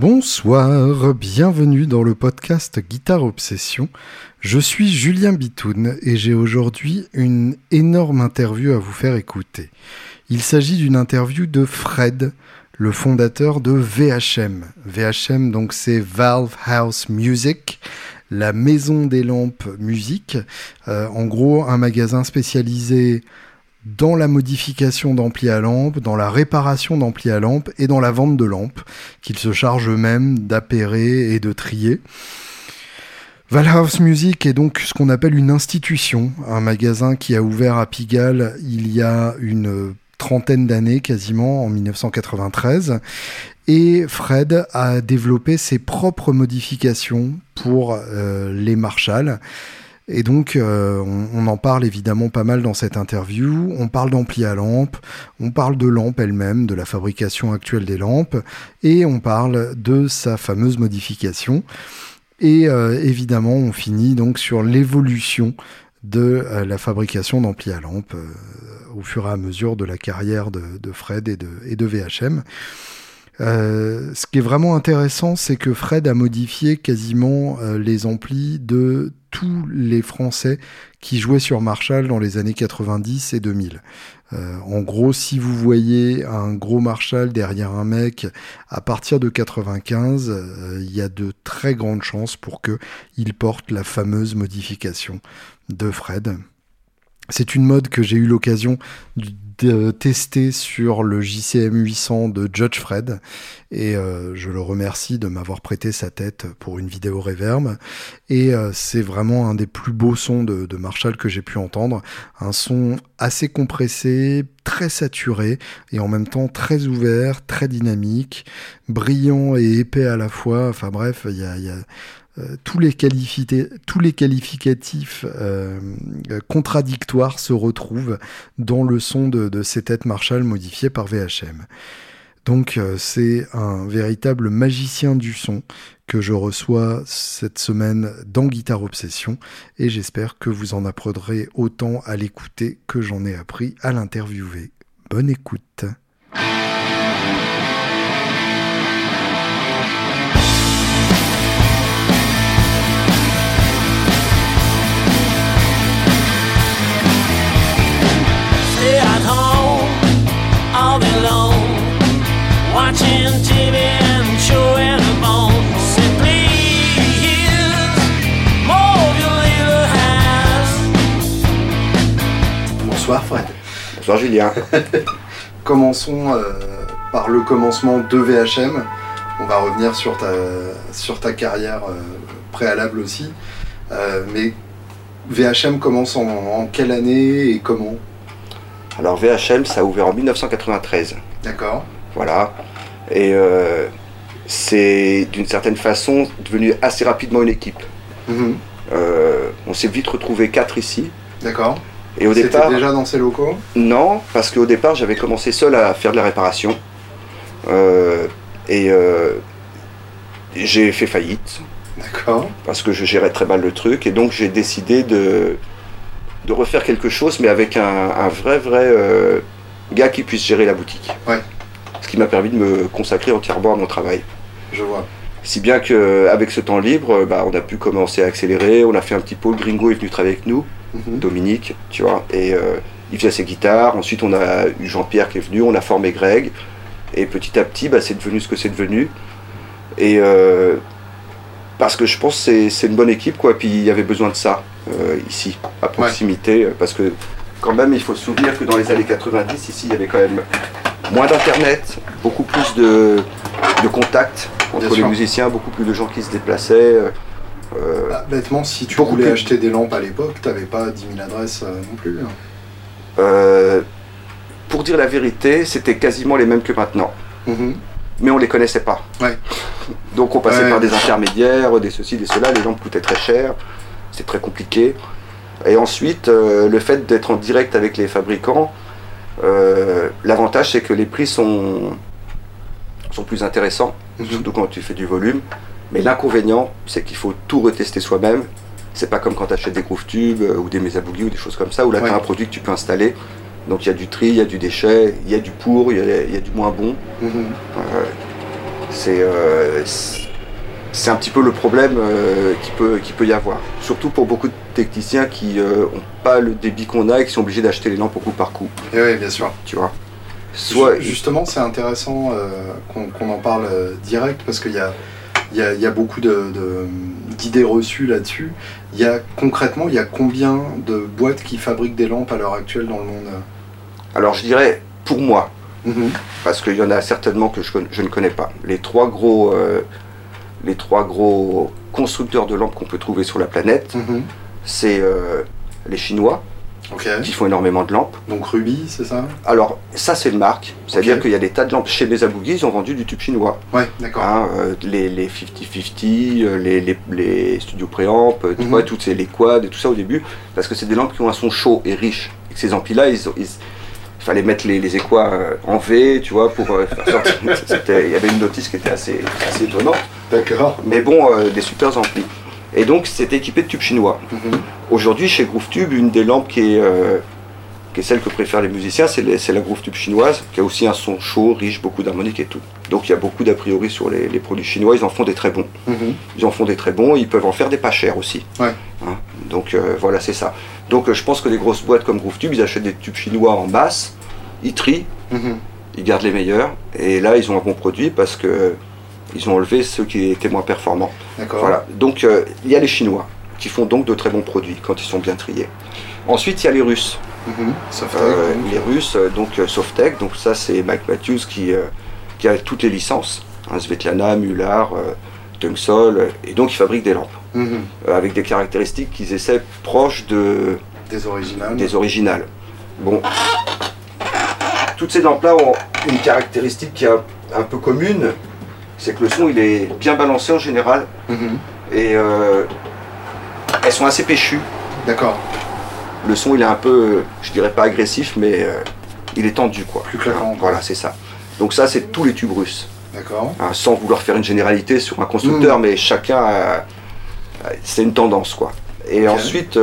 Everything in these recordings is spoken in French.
Bonsoir, bienvenue dans le podcast Guitare Obsession. Je suis Julien Bitoun et j'ai aujourd'hui une énorme interview à vous faire écouter. Il s'agit d'une interview de Fred, le fondateur de VHM. VHM, donc c'est Valve House Music, la maison des lampes musique. En gros, un magasin spécialisé dans la modification d'amplis à lampe, dans la réparation d'amplis à lampe et dans la vente de lampes, qu'ils se chargent eux-mêmes d'appairer et de trier. Valve House Music est donc ce qu'on appelle une institution, un magasin qui a ouvert à Pigalle il y a une trentaine d'années quasiment, en 1993, et Fred a développé ses propres modifications pour les Marshall. Et donc, on en parle évidemment pas mal dans cette interview. On parle d'ampli à lampe, on parle de lampes elles-mêmes, de la fabrication actuelle des lampes, et on parle de sa fameuse modification. Et évidemment, on finit donc sur l'évolution de la fabrication d'ampli à lampe au fur et à mesure de la carrière de Fred et de VHM. Ce qui est vraiment intéressant, c'est que Fred a modifié quasiment les amplis de tous les Français qui jouaient sur Marshall dans les années 90 et 2000. En gros, si vous voyez un gros Marshall derrière un mec à partir de 95, il y a de très grandes chances pour qu'il porte la fameuse modification de Fred. C'est une mode que j'ai eu l'occasion de tester sur le JCM 800 de Judge Fred et je le remercie de m'avoir prêté sa tête pour une vidéo Reverb et c'est vraiment un des plus beaux sons de Marshall que j'ai pu entendre, un son assez compressé, très saturé et en même temps très ouvert, très dynamique, brillant et épais à la fois, enfin bref, il y a tous les qualificatifs contradictoires se retrouvent dans le son de ces têtes Marshall modifiées par VHM. Donc c'est un véritable magicien du son que je reçois cette semaine dans Guitare Obsession et j'espère que vous en apprendrez autant à l'écouter que j'en ai appris à l'interviewer. Bonne écoute. Watching TV and showing the bone. Say please, move your little house. Bonsoir Fred. Bonsoir Julien. Commençons par le commencement de VHM. On va revenir sur ta carrière préalable aussi. Mais VHM commence en quelle année et comment ? Alors VHM, ça a ouvert en 1993. D'accord. Voilà. Et c'est d'une certaine façon devenu assez rapidement une équipe. Mmh. On s'est vite retrouvé 4 ici. D'accord. Et au C'était départ, déjà dans ces locaux ? Non, parce qu'au départ j'avais commencé seul à faire de la réparation. J'ai fait faillite. D'accord. Parce que je gérais très mal le truc. Et donc j'ai décidé de refaire quelque chose, mais avec un vrai gars qui puisse gérer la boutique. Ouais. Ce qui m'a permis de me consacrer entièrement à mon travail. Je vois. Si bien qu'avec ce temps libre, on a pu commencer à accélérer. On a fait un petit pôle. Gringo est venu travailler avec nous, Dominique, tu vois, et il faisait ses guitares. Ensuite, on a eu Jean-Pierre qui est venu, on a formé Greg, et petit à petit, c'est devenu ce que c'est devenu. Et parce que je pense que c'est une bonne équipe, quoi. Puis il y avait besoin de ça ici, à proximité, parce que quand même, il faut se souvenir que dans les années 90, ici, il y avait quand même moins d'internet, beaucoup plus de contacts entre les musiciens, beaucoup plus de gens qui se déplaçaient. Bêtement, si tu voulais acheter des lampes à l'époque, t'avais pas 10 000 adresses non plus. Pour dire la vérité, c'était quasiment les mêmes que maintenant. Mais on les connaissait pas. Ouais. Donc on passait par des intermédiaires, des ceci, des cela, les lampes coûtaient très cher, c'est très compliqué. Et ensuite, le fait d'être en direct avec les fabricants, l'avantage c'est que les prix sont plus intéressants, surtout quand tu fais du volume. Mais l'inconvénient, c'est qu'il faut tout retester soi-même. C'est pas comme quand tu achètes des Groove Tubes ou des Mesa Boogie ou des choses comme ça, où là tu as un produit que tu peux installer. Donc il y a du tri, il y a du déchet, il y a du pour, il y a du moins bon. C'est un petit peu le problème qu'il peut y avoir. Surtout pour beaucoup de techniciens qui n'ont pas le débit qu'on a et qui sont obligés d'acheter les lampes au coup par coup. Et oui, bien sûr. Tu vois. Justement, c'est intéressant qu'on en parle direct parce qu'il y a beaucoup d'idées reçues là-dessus. Concrètement, il y a combien de boîtes qui fabriquent des lampes à l'heure actuelle dans le monde? Alors je dirais, pour moi, parce qu'il y en a certainement que je ne connais pas, les trois gros constructeurs de lampes qu'on peut trouver sur la planète, c'est les Chinois, qui font énormément de lampes. Donc Ruby, c'est ça? Alors ça c'est une marque, c'est-à-dire qu'il y a des tas de lampes chez Mesa Boogie, ils ont vendu du tube chinois. Ouais, d'accord. Les 50-50, les studios préamp, tu vois, toutes les quads et tout ça au début, parce que c'est des lampes qui ont un son chaud et riche. Et que ces amplis-là, il fallait mettre les équois en V, tu vois, pour faire sortir. Il y avait une notice qui était assez étonnante. D'accord. Mais bon, des super amplis. Et donc c'était équipé de tubes chinois. Aujourd'hui, chez GrooveTube, une des lampes qui est celle que préfèrent les musiciens, c'est la GrooveTube chinoise, qui a aussi un son chaud, riche, beaucoup d'harmoniques et tout. Donc il y a beaucoup d'a priori sur les produits chinois, ils en font des très bons. Ils en font des très bons, ils peuvent en faire des pas chers aussi. Ouais. Donc voilà, c'est ça. Donc je pense que les grosses boîtes comme GrooveTube, ils achètent des tubes chinois en masse, ils trient, ils gardent les meilleurs, et là ils ont un bon produit parce que ils ont enlevé ceux qui étaient moins performants. D'accord. Voilà. Donc il y a les Chinois qui font donc de très bons produits quand ils sont bien triés. Ensuite il y a les Russes. Softec, les Russes, donc Softec, donc ça c'est Mike Matthews qui a toutes les licences, Svetlana, Muller, Tungsol, et donc ils fabriquent des lampes avec des caractéristiques qu'ils essaient proches des originales. Bon, toutes ces lampes-là ont une caractéristique qui est un peu commune, c'est que le son il est bien balancé en général, et elles sont assez péchues. D'accord. Le son il est un peu, je dirais pas agressif, mais il est tendu quoi. Plus claquant. Voilà, c'est ça. Donc ça c'est tous les tubes russes. D'accord. Sans vouloir faire une généralité sur un constructeur, mais chacun c'est une tendance quoi. Et ensuite,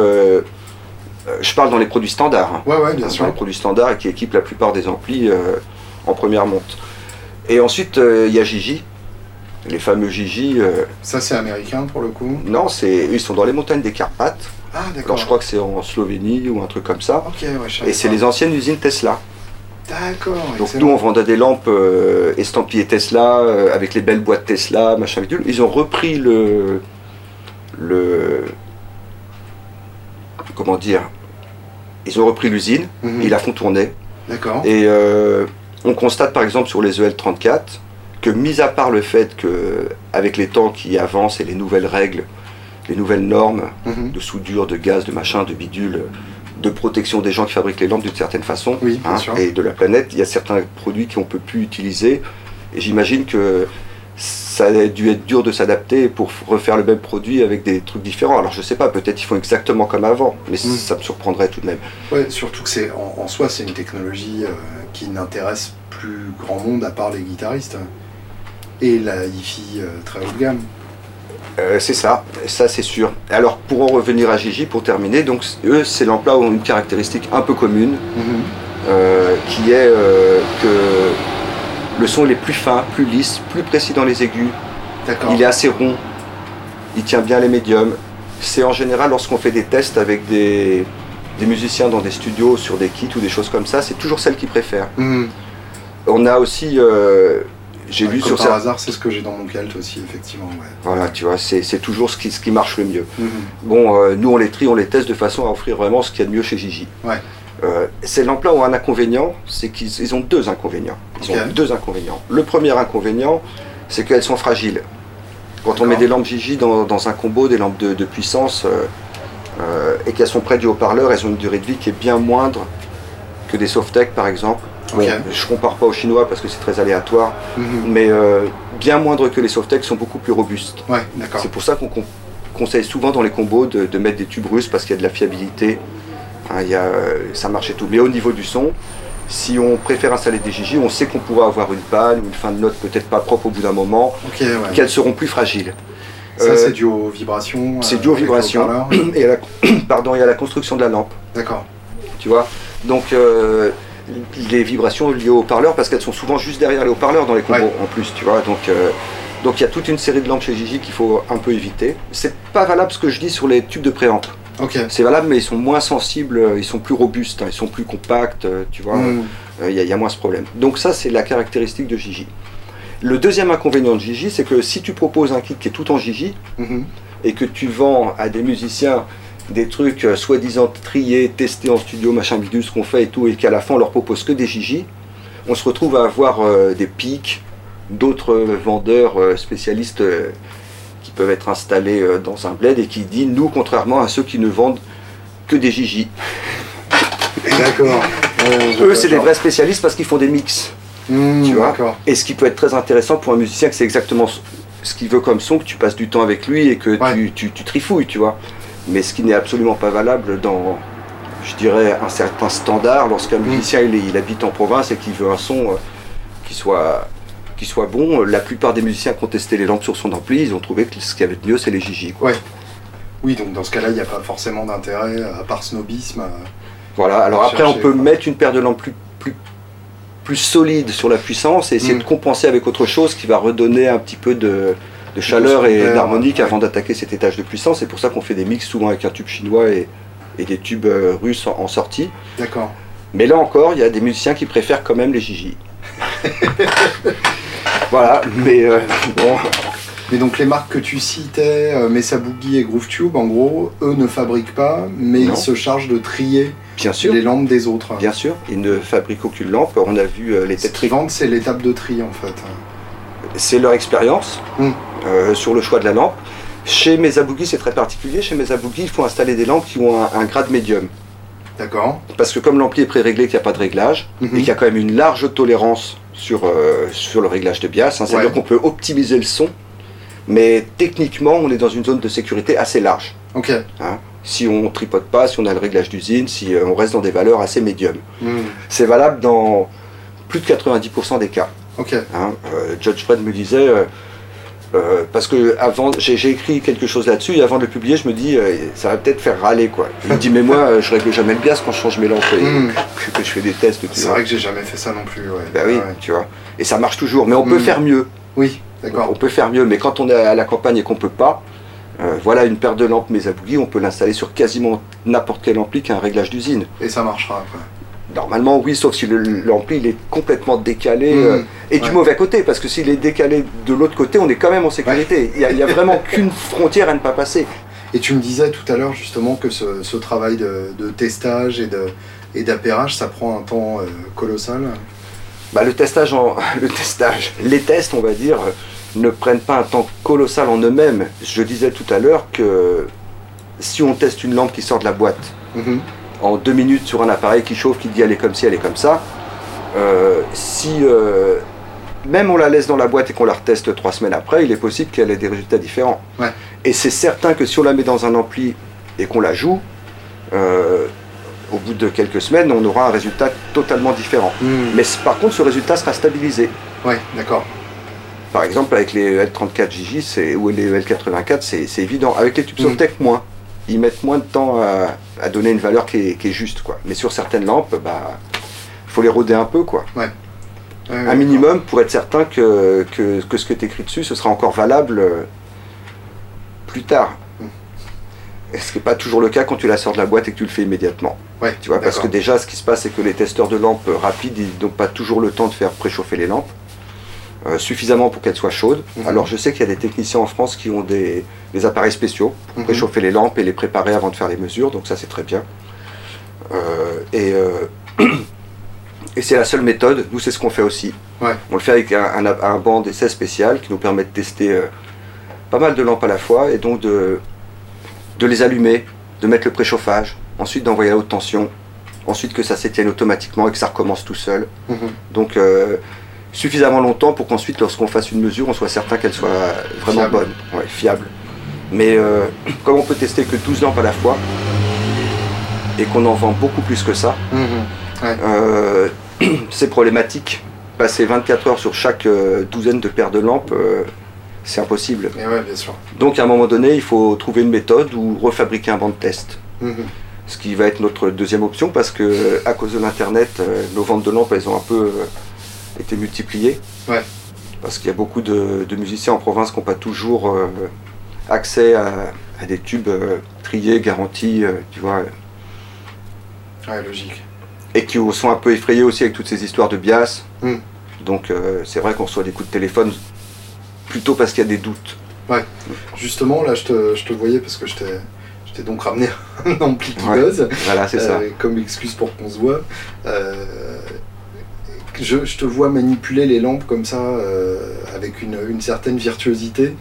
je parle dans les produits standards. Ouais, bien sûr. Dans les produits standards qui équipent la plupart des amplis en première monte. Et ensuite il y a Gigi. Les fameux Gigi. Ça c'est américain pour le coup? Non, ils sont dans les montagnes des Carpates. Ah d'accord. Alors je crois que c'est en Slovénie ou un truc comme ça. Ok, ouais, et c'est les anciennes usines Tesla. D'accord. Donc excellent. nous on vendait des lampes estampillées Tesla avec les belles boîtes Tesla, machin bidule. Ils ont repris comment dire, ils ont repris l'usine, ils la font tourner. D'accord. Et on constate par exemple sur les EL34 que mis à part le fait que avec les temps qui avancent et les nouvelles règles, les nouvelles normes de soudure, de gaz, de machin, de bidule, de protection des gens qui fabriquent les lampes d'une certaine façon, et de la planète, il y a certains produits qu'on ne peut plus utiliser. Et j'imagine que ça a dû être dur de s'adapter pour refaire le même produit avec des trucs différents. Alors je sais pas, peut-être ils font exactement comme avant, mais ça me surprendrait tout de même. Ouais, surtout que c'est en soi c'est une technologie qui n'intéresse plus grand monde à part les guitaristes et la hi-fi très haut de gamme. C'est ça c'est sûr. Alors pour en revenir à Gigi, pour terminer, donc eux ces lampes-là ont une caractéristique un peu commune, qui est que le son il est plus fin, plus lisse, plus précis dans les aigus. D'accord. Il est assez rond, il tient bien les médiums. C'est en général lorsqu'on fait des tests avec des musiciens dans des studios sur des kits ou des choses comme ça, c'est toujours celle qu'ils préfèrent. On a aussi j'ai vu sur par hasard, c'est ce que j'ai dans mon Celt aussi, effectivement. Ouais. Voilà, tu vois, c'est toujours ce qui marche le mieux. Bon, nous on les trie, on les teste de façon à offrir vraiment ce qu'il y a de mieux chez Gigi. Ouais. Ces lampes-là ont un inconvénient, c'est qu'ils ont deux inconvénients. Ils ont deux inconvénients. Le premier inconvénient, c'est qu'elles sont fragiles. Quand on met des lampes Gigi dans un combo, des lampes de puissance, et qu'elles sont près du haut-parleur, elles ont une durée de vie qui est bien moindre que des Softec par exemple. Bon, je compare pas aux Chinois parce que c'est très aléatoire, mais bien moindre que les Softec, sont beaucoup plus robustes. Ouais, d'accord. C'est pour ça qu'on conseille souvent dans les combos de mettre des tubes russes parce qu'il y a de la fiabilité, ça marche et tout. Mais au niveau du son, si on préfère installer des Gigi, on sait qu'on pourra avoir une panne ou une fin de note peut-être pas propre au bout d'un moment, qu'elles seront plus fragiles. Ça c'est dû aux vibrations. C'est dû aux vibrations et à la construction de la lampe. D'accord. Tu vois. Donc les vibrations liées aux haut-parleurs, parce qu'elles sont souvent juste derrière les haut-parleurs dans les combos en plus, tu vois. Donc il y a toute une série de lampes chez Gigi qu'il faut un peu éviter. C'est pas valable ce que je dis sur les tubes de préamp. C'est valable, mais ils sont moins sensibles, ils sont plus robustes, ils sont plus compacts, tu vois. Il y a moins ce problème. Donc ça, c'est la caractéristique de Gigi. Le deuxième inconvénient de Gigi, c'est que si tu proposes un kit qui est tout en Gigi, et que tu vends à des musiciens des trucs soi-disant triés, testés en studio, machin bidule, ce qu'on fait et tout, et qu'à la fin on leur propose que des Gigi, on se retrouve à avoir des pics, d'autres vendeurs spécialistes qui peuvent être installés dans un bled et qui disent, nous, contrairement à ceux qui ne vendent que des Gigi. D'accord. Eux, c'est des vrais spécialistes parce qu'ils font des mix. Tu vois. Et ce qui peut être très intéressant pour un musicien, que c'est exactement ce qu'il veut comme son, que tu passes du temps avec lui et que tu trifouilles, tu vois. Mais ce qui n'est absolument pas valable dans, je dirais, un certain standard, lorsqu'un musicien il habite en province et qu'il veut un son qui soit bon. La plupart des musiciens qui ont testé les lampes sur son ampli, ils ont trouvé que ce qu'il y avait de mieux, c'est les Gigi, quoi. Oui, donc dans ce cas-là, il n'y a pas forcément d'intérêt, à part snobisme. Voilà, alors après on peut mettre une paire de lampes plus solide sur la puissance et essayer de compenser avec autre chose qui va redonner un petit peu de chaleur et d'harmonique avant d'attaquer cet étage de puissance. C'est pour ça qu'on fait des mix souvent avec un tube chinois et des tubes russes en sortie. D'accord. Mais là encore, il y a des musiciens qui préfèrent quand même les Gigi. Voilà, mais bon. Mais donc les marques que tu citais, Mesa Boogie et Groove Tube, en gros, eux ne fabriquent pas, mais ils se chargent de trier les lampes des autres. Bien sûr, ils ne fabriquent aucune lampe. On a vu les têtes. Ce qu'ils vendent, c'est l'étape de tri en fait. C'est leur expérience sur le choix de la lampe. Chez Mesa Boogie, c'est très particulier. Chez Mesa Boogie, il faut installer des lampes qui ont un grade médium. D'accord. Parce que comme l'ampli est pré-réglé, qu'il n'y a pas de réglage, et qu'il y a quand même une large tolérance sur le réglage de bias, c'est-à-dire qu'on peut optimiser le son, mais techniquement, on est dans une zone de sécurité assez large. Si on ne tripote pas, si on a le réglage d'usine, si on reste dans des valeurs assez médium. C'est valable dans plus de 90% des cas. Judge Fred me disait, parce que avant, j'ai écrit quelque chose là-dessus, et avant de le publier, je me dis, ça va peut-être faire râler, quoi. Il me dit, mais moi, je règle jamais le bias quand je change mes lampes et que je fais des tests. C'est vrai que j'ai jamais fait ça non plus. Bah oui, tu vois. Et ça marche toujours, mais on peut faire mieux. Oui, d'accord. On peut faire mieux, mais quand on est à la campagne et qu'on peut pas, voilà une paire de lampes Mesa Boogie, on peut l'installer sur quasiment n'importe quel ampli qui a un réglage d'usine. Et ça marchera après. Normalement, oui, sauf si l'ampli il est complètement décalé et du mauvais côté, parce que s'il est décalé de l'autre côté, on est quand même en sécurité. Il n'y a vraiment qu'une frontière à ne pas passer. Et tu me disais tout à l'heure justement que ce travail de testage et d'appairage, ça prend un temps colossal. Bah, les tests, on va dire, ne prennent pas un temps colossal en eux-mêmes. Je disais tout à l'heure que si on teste une lampe qui sort de la boîte, en 2 minutes sur un appareil qui chauffe, qui dit elle est comme ci, elle est comme ça, même on la laisse dans la boîte et qu'on la reteste 3 semaines après, il est possible qu'elle ait des résultats différents. Et c'est certain que si on la met dans un ampli et qu'on la joue, au bout de quelques semaines, on aura un résultat totalement différent. Mais par contre, ce résultat sera stabilisé. D'accord. Par exemple, avec les L34 Gigi ou les L84, c'est évident. Avec les tubes Softec, moins. Ils mettent moins de temps à donner une valeur qui est juste, quoi. Mais sur certaines lampes, faut les rôder un peu, quoi. Un minimum pour être certain que ce que tu écris dessus, ce sera encore valable plus tard. Ce qui n'est pas toujours le cas quand tu la sors de la boîte et que tu le fais immédiatement. Tu vois, parce que déjà, ce qui se passe, c'est que les testeurs de lampes rapides, ils n'ont pas toujours le temps de faire préchauffer les lampes suffisamment pour qu'elles soient chaudes. Alors je sais qu'il y a des techniciens en France qui ont des appareils spéciaux pour préchauffer les lampes et les préparer avant de faire les mesures, donc ça c'est très bien. Et c'est la seule méthode, nous c'est ce qu'on fait aussi. On le fait avec un banc d'essai spécial qui nous permet de tester pas mal de lampes à la fois et donc de les allumer, de mettre le préchauffage, ensuite d'envoyer à haute tension, ensuite que ça s'étienne automatiquement et que ça recommence tout seul. Donc suffisamment longtemps pour qu'ensuite lorsqu'on fasse une mesure, on soit certain qu'elle soit vraiment bonne, fiable. Mais comme on peut tester que 12 lampes à la fois et qu'on en vend beaucoup plus que ça, c'est problématique. Passer 24 heures sur chaque douzaine de paires de lampes, c'est impossible. Bien sûr. Donc à un moment donné, il faut trouver une méthode ou refabriquer un banc de test. Ce qui va être notre deuxième option parce que à cause de l'internet, nos ventes de lampes elles ont un peu été multipliées. Ouais. Parce qu'il y a beaucoup de musiciens en province qui n'ont pas toujours accès à des tubes triés, garantis, tu vois. Ouais, logique. Et qui sont un peu effrayés aussi avec toutes ces histoires de bias. Mm. Donc c'est vrai qu'on reçoit des coups de téléphone plutôt parce qu'il y a des doutes. Ouais. Justement, là, je te voyais parce que je t'ai donc ramené un ampli qui Ouais. buzz. Voilà, c'est ça. Comme excuse pour qu'on se voit. Je te vois manipuler les lampes comme ça, avec une certaine virtuosité.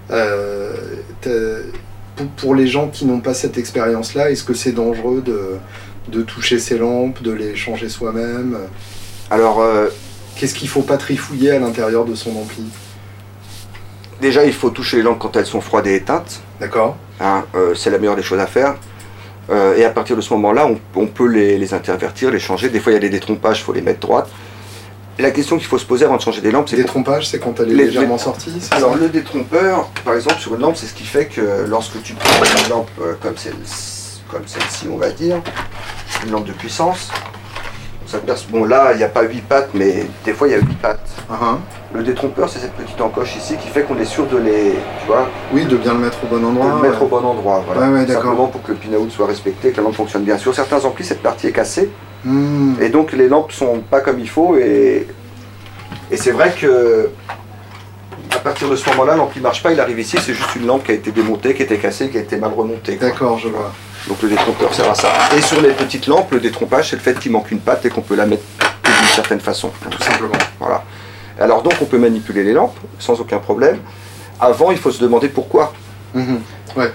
Pour les gens qui n'ont pas cette expérience-là, est-ce que c'est dangereux de toucher ces lampes, de les changer soi-même? Alors, Qu'est-ce qu'il ne faut pas trifouiller à l'intérieur de son ampli? déjà, il faut toucher les lampes quand elles sont froides et éteintes. D'accord. Hein, c'est la meilleure des choses à faire. Et à partir de ce moment-là, on peut les intervertir, les changer. Des fois, il y a des détrompages, il faut les mettre droites. La question qu'il faut se poser avant de changer des lampes, c'est... Détrompage, c'est quand elle est légèrement sortie, c'est Alors, ça? le détrompeur, par exemple, sur une lampe, c'est ce qui fait que lorsque tu prends une lampe comme celle-ci, on va dire, une lampe de puissance, ça perce... Bon, là, il n'y a pas 8 pattes, mais des fois, il y a 8 pattes. Uh-huh. Le détrompeur, c'est cette petite encoche ici qui fait qu'on est sûr de les... Tu vois, Oui, de bien le mettre au bon de endroit. le mettre au bon endroit. Voilà. Ouais, d'accord. Simplement pour que le pin-out soit respecté, que la lampe fonctionne bien. Sur certains amplis, cette partie est cassée. Hmm. Et donc les lampes sont pas comme il faut et c'est vrai que à partir de ce moment-là, l'ampli marche pas, il arrive ici, c'est juste une lampe qui a été démontée, qui a été cassée, qui a été mal remontée. Quoi. D'accord, je vois. Donc le détrompeur sert à ça. Et sur les petites lampes, le détrompage, c'est le fait qu'il manque une patte et qu'on peut la mettre d'une certaine façon. Tout simplement. Voilà. Alors donc on peut manipuler les lampes sans aucun problème. Avant, il faut se demander pourquoi. Mhm. Ouais.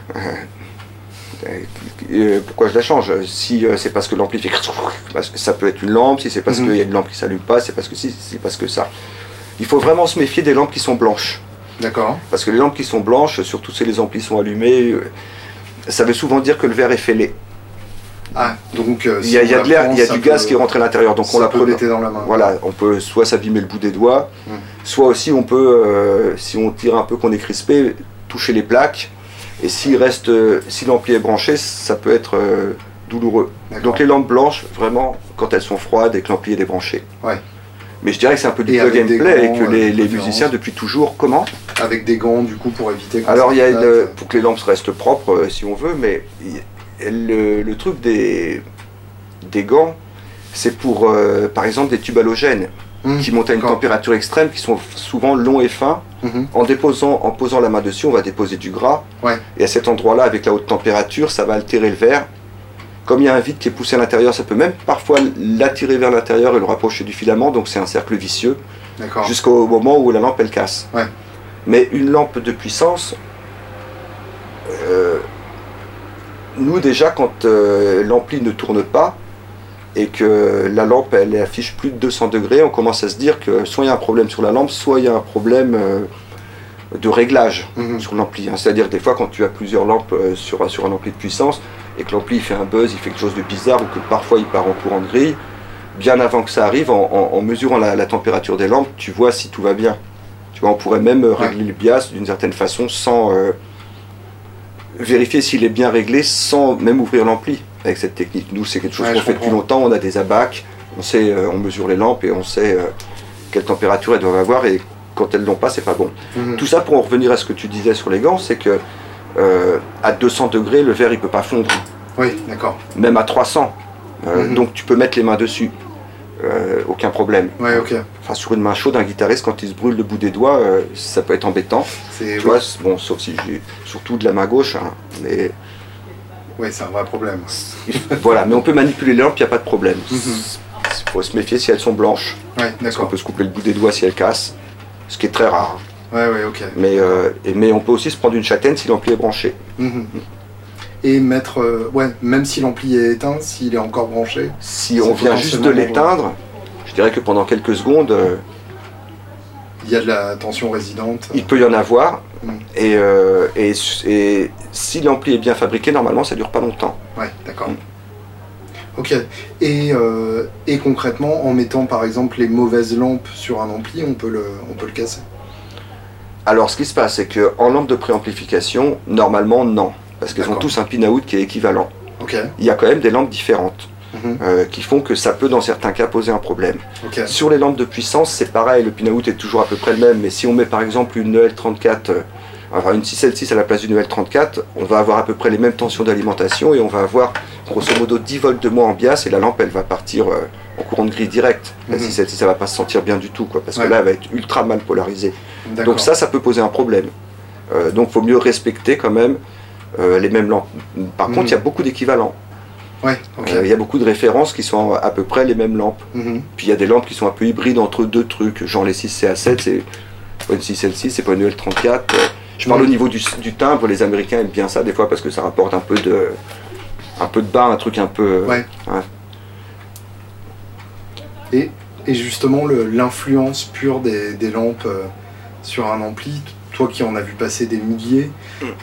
Pourquoi je la change? Si c'est parce que l'ampli fait... Ça peut être une lampe, si c'est parce qu'il y a une lampe qui ne s'allume pas, c'est parce que si, c'est parce que ça. Il faut vraiment se méfier des lampes qui sont blanches. D'accord. Parce que les lampes qui sont blanches, surtout si les amplis sont allumés, ça veut souvent dire que le verre est fêlé. Ah, donc Il y a de l'air, il y a du gaz qui rentre à l'intérieur, donc on la peut péter dans la main. Voilà, on peut soit s'abîmer le bout des doigts, soit aussi on peut, si on tire un peu qu'on est crispé, toucher les plaques. Et s'il reste, si l'ampli est branché, ça peut être douloureux. D'accord. Donc les lampes blanches, vraiment, quand elles sont froides et que l'ampli est débranché. Ouais. Mais je dirais que c'est un peu du Et plug avec and des play et gants, que les préférence. musiciens depuis toujours, comment? Avec des gants, du coup, pour éviter... Alors il y a pour que les lampes restent propres, si on veut, mais le truc des gants, c'est pour, par exemple, des tubes halogènes qui montent à une d'accord. température extrême, qui sont souvent longs et fins. Mhm. En posant la main dessus, on va déposer du gras. Ouais. Et à cet endroit-là, avec la haute température, ça va altérer le verre. Comme il y a un vide qui est poussé à l'intérieur, ça peut même parfois l'attirer vers l'intérieur et le rapprocher du filament. Donc c'est un cercle vicieux D'accord. jusqu'au moment où la lampe elle casse. Ouais. Mais une lampe de puissance, nous déjà quand l'ampli ne tourne pas et que la lampe elle affiche plus de 200 degrés, on commence à se dire que soit il y a un problème sur la lampe, soit il y a un problème de réglage sur l'ampli. Hein. C'est-à-dire que des fois quand tu as plusieurs lampes sur un ampli de puissance et que l'ampli fait un buzz, il fait quelque chose de bizarre ou que parfois il part en courant de grille, bien avant que ça arrive, en mesurant la température des lampes, tu vois si tout va bien. Tu vois, on pourrait même régler le bias d'une certaine façon sans vérifier s'il est bien réglé sans même ouvrir l'ampli avec cette technique. Nous, c'est quelque chose qu'on fait depuis longtemps, on a des abacs, on sait, on mesure les lampes et on sait quelle température elles doivent avoir et quand elles l'ont pas, c'est pas bon. Tout ça pour en revenir à ce que tu disais sur les gants, c'est que à 200 degrés, le verre il peut pas fondre. Oui, d'accord. Même à 300. Donc tu peux mettre les mains dessus. Aucun problème. Ouais, ok. Enfin, sur une main chaude, un guitariste, quand il se brûle le bout des doigts, ça peut être embêtant. C'est... Tu vois, bon, sauf si j'ai surtout de la main gauche. Hein, mais Oui, c'est un vrai problème. voilà, mais on peut manipuler les lampes, il n'y a pas de problème. Il faut se méfier si elles sont blanches. Ouais, Parce qu'on d'accord. peut se couper le bout des doigts si elles cassent, ce qui est très rare. Ouais, ok. Mais on peut aussi se prendre une châtaigne si l'ampli est branché. Et mettre... même si l'ampli est éteint, s'il est encore branché... Si on vient juste de l'éteindre, je dirais que pendant quelques secondes, il y a de la tension résidente. il peut y en avoir. Et si l'ampli est bien fabriqué, normalement ça dure pas longtemps. Ouais, d'accord. Ok. Et concrètement, en mettant par exemple les mauvaises lampes sur un ampli, on peut le casser. Alors ce qui se passe, c'est qu'en lampe de préamplification, normalement non. Parce qu'ils ont tous un pin-out qui est équivalent. Ok. il y a quand même des lampes différentes. Mhm. Qui font que ça peut dans certains cas poser un problème. Ok. Sur les lampes de puissance, c'est pareil, le pin-out est toujours à peu près le même, mais si on met par exemple une EL34, enfin une 6L6 à la place d'une EL34, on va avoir à peu près les mêmes tensions d'alimentation et on va avoir grosso modo 10 volts de moins en bias et la lampe elle va partir en courant de grille direct. La 6L6 ça va pas se sentir bien du tout, quoi, parce que là elle va être ultra mal polarisée. D'accord. Donc ça peut poser un problème. Donc il faut mieux respecter quand même les mêmes lampes. Par contre il y a beaucoup d'équivalents. Ouais, ok. Il y a beaucoup de références qui sont à peu près les mêmes lampes. Mhm. Puis il y a des lampes qui sont un peu hybrides entre deux trucs, genre les 6CA7, c'est pas une 6L6, c'est pas une EL34. Je parle au niveau du timbre, les Américains aiment bien ça des fois parce que ça rapporte un peu de bas, un truc un peu... Ouais. Ouais. Et justement, l'influence pure des lampes sur un ampli, toi qui en as vu passer des milliers,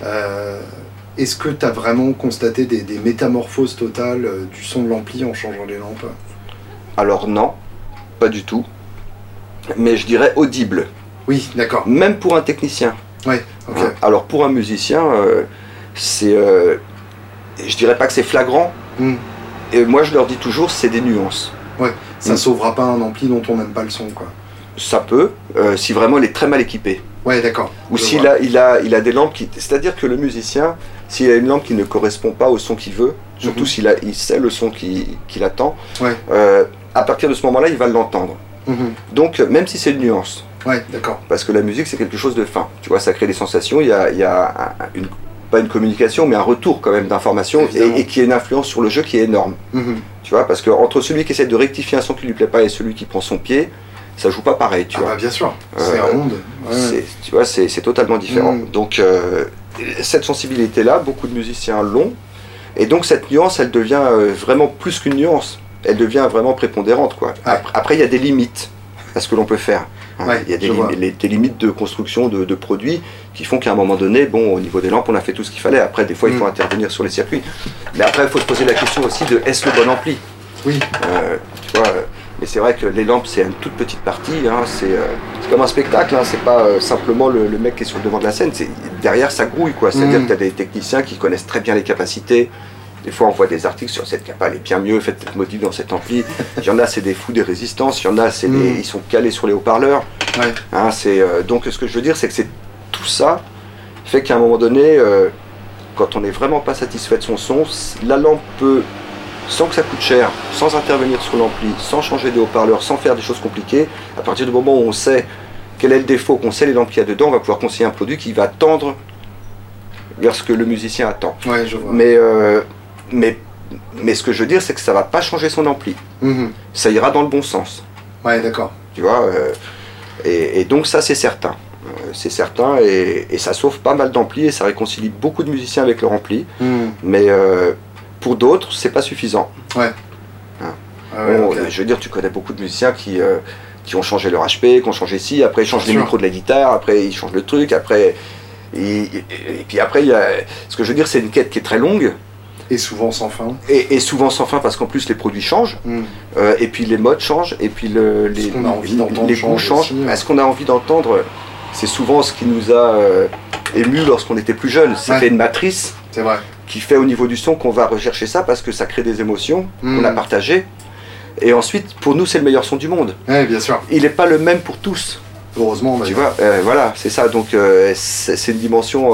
est-ce que tu as vraiment constaté des métamorphoses totales du son de l'ampli en changeant les lampes? Alors non, pas du tout. Mais je dirais audible, Oui, d'accord. même pour un technicien. Ouais, ok. Hein. Alors pour un musicien, c'est... je dirais pas que c'est flagrant. Mm. Et moi je leur dis toujours, c'est des nuances. Ouais, ça sauvera pas un ampli dont on n'aime pas le son, quoi. Ça peut, si vraiment il est très mal équipé. Ouais, d'accord. Ou Je s'il vois. il a des lampes qui... C'est-à-dire que le musicien, s'il a une lampe qui ne correspond pas au son qu'il veut, surtout il sait le son qu'il attend, Ouais. à partir de ce moment-là, il va l'entendre. Mhm. Donc, même si c'est une nuance, Ouais, d'accord. parce que la musique, c'est quelque chose de fin. Tu vois, ça crée des sensations, il y a pas une communication, mais un retour quand même d'informations, Évidemment. et qui a une influence sur le jeu qui est énorme. Mhm. Tu vois, parce que entre celui qui essaie de rectifier un son qui lui plaît pas et celui qui prend son pied, ça joue pas pareil, tu Ah vois. bah bien sûr, c'est un monde. Ouais. Tu vois, c'est totalement différent. Mm. Donc, cette sensibilité-là, beaucoup de musiciens l'ont. Et donc, cette nuance, elle devient vraiment plus qu'une nuance. Elle devient vraiment prépondérante, quoi. Ouais. Après, il y a des limites à ce que l'on peut faire. Hein. Ouais, Il y a je vois. des limites de construction de produits qui font qu'à un moment donné, bon, au niveau des lampes, on a fait tout ce qu'il fallait. Après, des fois, il faut intervenir sur les circuits. Mais après, il faut se poser la question aussi de est-ce le bon ampli? Oui, Tu vois, mais c'est vrai que les lampes, c'est une toute petite partie. Hein, c'est comme un spectacle. Hein, c'est pas simplement le mec qui est sur le devant de la scène. Derrière, ça grouille, quoi. C'est-à-dire que tu as des techniciens qui connaissent très bien les capacités. Des fois, on voit des articles sur cette capa, elle est bien mieux, faites cette module dans cet ampli. Il y en a, c'est des fous des résistances. Il y en a, ils sont calés sur les haut-parleurs. ouais. Hein, donc, ce que je veux dire, c'est que tout ça fait qu'à un moment donné, quand on n'est vraiment pas satisfait de son son, la lampe peut, sans que ça coûte cher, sans intervenir sur l'ampli, sans changer de haut-parleur, sans faire des choses compliquées, à partir du moment où on sait quel est le défaut, qu'on sait les lampes qu'il y a dedans, on va pouvoir conseiller un produit qui va tendre vers ce que le musicien attend. Ouais, je vois. Mais ce que je veux dire, c'est que ça va pas changer son ampli. Mhm. Ça ira dans le bon sens. Ouais, d'accord. Tu vois, et donc ça, c'est certain. C'est certain, et ça sauve pas mal d'amplis, et ça réconcilie beaucoup de musiciens avec leur ampli. Mhm. Mais pour d'autres, c'est pas suffisant. Ouais. Hein. Ah ouais, Bon, ok. je veux dire, tu connais beaucoup de musiciens qui ont changé leur HP, qui ont changé ci, après ils changent les sûr. micros de la guitare, après ils changent le truc, après... Et puis après, ce que je veux dire, c'est une quête qui est très longue, Et souvent sans fin. et souvent sans fin, parce qu'en plus les produits changent, Mhm. et puis les modes changent, et puis Ce qu'on a envie d'entendre les goûts change changent. aussi, ouais. Ce qu'on a envie d'entendre, c'est souvent ce qui nous a ému lorsqu'on était plus jeune. C'était Ouais. une matrice C'est vrai. qui fait au niveau du son qu'on va rechercher ça parce que ça crée des émotions Mhm. qu'on a partagées. Et ensuite, pour nous, c'est le meilleur son du monde. Ouais, bien sûr. Il n'est pas le même pour tous. Heureusement, Tu d'ailleurs. vois, voilà, c'est ça. Donc, c'est une dimension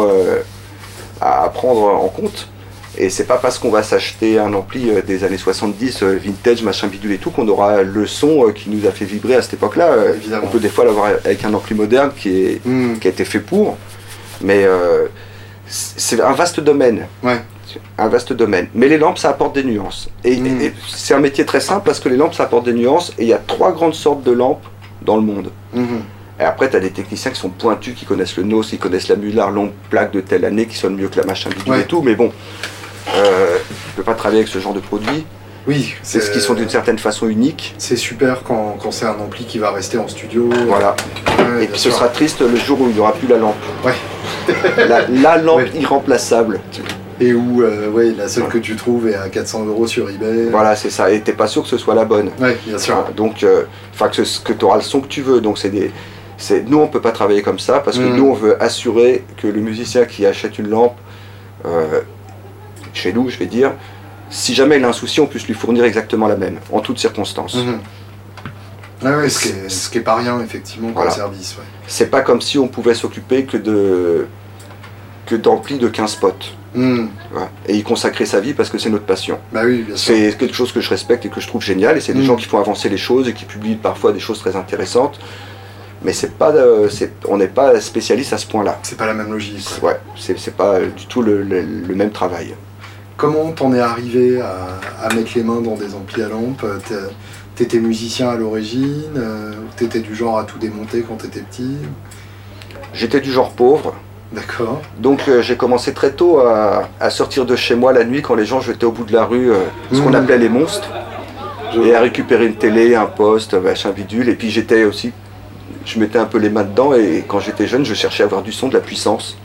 à prendre en compte. Et c'est pas parce qu'on va s'acheter un ampli des années 70, vintage, machin bidule et tout, qu'on aura le son qui nous a fait vibrer à cette époque-là. Évidemment. On peut des fois l'avoir avec un ampli moderne qui Mhm. a été fait pour. Mais c'est un vaste domaine. Ouais. Un vaste domaine. Mais les lampes, ça apporte des nuances. Et c'est un métier très simple parce que les lampes, ça apporte des nuances. Et il y a 3 grandes sortes de lampes dans le monde. Mhm. Et après, tu as des techniciens qui sont pointus, qui connaissent le NOS, qui connaissent la Mullard, longue plaque de telle année, qui sonne mieux que la machin bidule Ouais. et tout. Mais bon, tu peux pas travailler avec ce genre de produits. Oui, C'est ce qui sont d'une certaine façon uniques. c'est super quand c'est un ampli qui va rester en studio. Voilà. Ouais, Et bien puis ce sûr. sera triste le jour où il n'y aura plus la lampe. Ouais. La lampe Ouais. irremplaçable. Et où ouais, la seule que tu trouves est à 400 € sur eBay. Voilà, c'est ça. Et t'es pas sûr que ce soit la bonne. Ouais, bien sûr. Donc, que tu auras le son que tu veux. Donc, nous, on peut pas travailler comme ça parce que Mhm. nous, on veut assurer que le musicien qui achète une lampe chez nous, je vais dire, si jamais il a un souci, on puisse lui fournir exactement la même, en toutes circonstances. Ouais, ce qui est pas rien, effectivement, comme Voilà. service. Ouais. C'est pas comme si on pouvait s'occuper que d'amplis de 15 potes. Voilà. Et y consacrer sa vie parce que c'est notre passion. Bah oui, bien sûr. C'est quelque chose que je respecte et que je trouve génial, et c'est des gens qui font avancer les choses et qui publient parfois des choses très intéressantes. Mais c'est pas, on n'est pas spécialiste à ce point-là. C'est pas la même logique. Quoi. Ouais, c'est pas du tout le même travail. Comment t'en es arrivé à mettre les mains dans des amplis à lampe? T'étais musicien à l'origine, ou t'étais du genre à tout démonter quand t'étais petit? J'étais du genre pauvre, D'accord. donc j'ai commencé très tôt à sortir de chez moi la nuit quand les gens jetaient au bout de la rue ce qu'on appelait les monstres, et à récupérer une télé, un poste, machin bidule, et puis je mettais un peu les mains dedans, et quand j'étais jeune, je cherchais à avoir du son, de la puissance.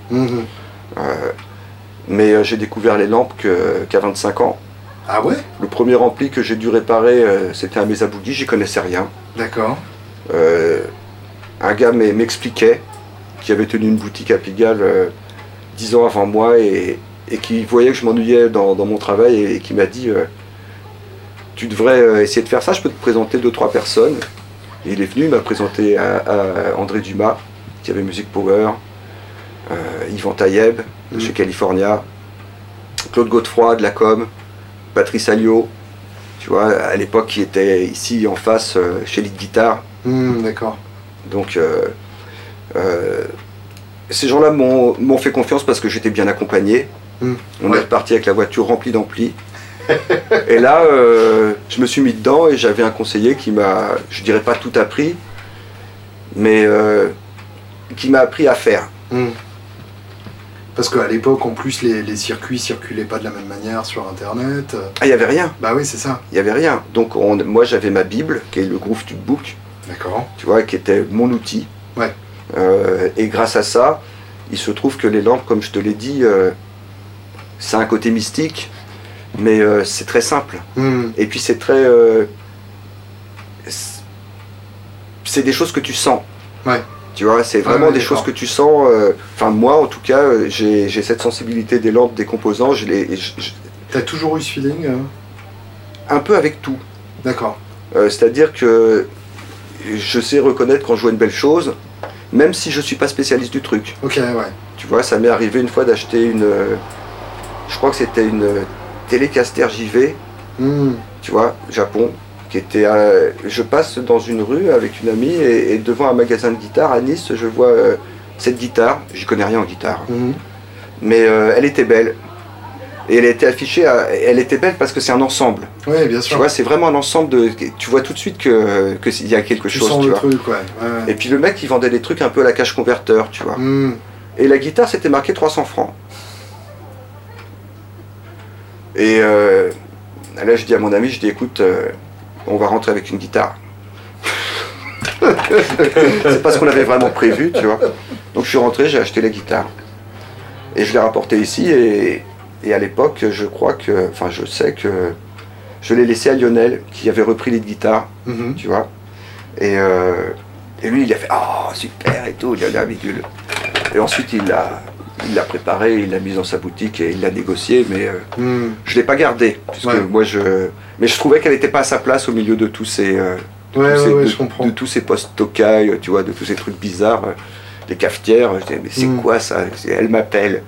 Mais j'ai découvert les lampes qu'à 25 ans. Ah ouais? Le premier ampli que j'ai dû réparer, c'était un Mesa Boogie, j'y connaissais rien. D'accord. Un gars m'expliquait, qui avait tenu une boutique à Pigalle 10 ans avant moi, et qui voyait que je m'ennuyais dans mon travail, et qui m'a dit tu devrais essayer de faire ça, je peux te présenter 2-3 personnes. Et il est venu, il m'a présenté à André Dumas, qui avait Music Power, Yvan Taïeb, chez California, Claude Godefroy de la Com, Patrice Alliot, tu vois, à l'époque qui était ici en face chez Lead Guitar. D'accord. Donc ces gens-là m'ont fait confiance parce que j'étais bien accompagné. On est reparti avec la voiture remplie d'amplis. Et là, je me suis mis dedans et j'avais un conseiller qui m'a, je dirais pas tout appris, mais qui m'a appris à faire. Parce qu'à l'époque, en plus, les circuits circulaient pas de la même manière sur Internet. Ah, il n'y avait rien. Bah oui, c'est ça. Il n'y avait rien. Donc moi j'avais ma Bible, qui est le Groove Tube Book, D'accord. tu vois, qui était mon outil. Ouais. Et grâce à ça, il se trouve que les lampes, comme je te l'ai dit, ça a un côté mystique, mais c'est très simple. Et puis c'est très... c'est des choses que tu sens. Ouais. Tu vois, c'est vraiment des d'accord. choses que tu sens. Enfin, moi, en tout cas, j'ai cette sensibilité des lampes, des composants. T'as toujours eu ce feeling Un peu avec tout. D'accord. C'est-à-dire que je sais reconnaître quand je vois une belle chose, même si je suis pas spécialiste du truc. Ok, ouais. Tu vois, ça m'est arrivé une fois d'acheter une... je crois que c'était une Telecaster JV, tu vois, Japon, qui était... je passe dans une rue avec une amie et devant un magasin de guitare à Nice, je vois cette guitare. J'y connais rien en guitare. Mais elle était belle. Et elle était affichée, elle était belle parce que c'est un ensemble. Oui, bien sûr. Tu vois, c'est vraiment un ensemble de... Tu vois tout de suite qu'il y a quelque chose, sens tu le vois. truc, ouais. Et puis le mec, il vendait des trucs un peu à la cash converteur, tu vois. Et la guitare, c'était marqué 300 francs. Et là, je dis à mon ami, je dis, écoute, on va rentrer avec une guitare. C'est pas ce qu'on avait vraiment prévu, tu vois. Donc je suis rentré, j'ai acheté la guitare. Et je l'ai rapportée ici, et à l'époque, je crois que... Enfin, je sais que je l'ai laissé à Lionel, qui avait repris les guitares, tu vois. Et lui, il a fait « Oh, super !» et tout, il a la bidule. Et ensuite, il l'a préparé, il l'a mise dans sa boutique et il l'a négocié, mais je l'ai pas gardé, puisque moi mais je trouvais qu'elle n'était pas à sa place au milieu de tous ces je comprends. de tous ces postes Tokai, tu vois, de tous ces trucs bizarres, les cafetières. Je disais, mais c'est quoi ça? Elle m'appelle.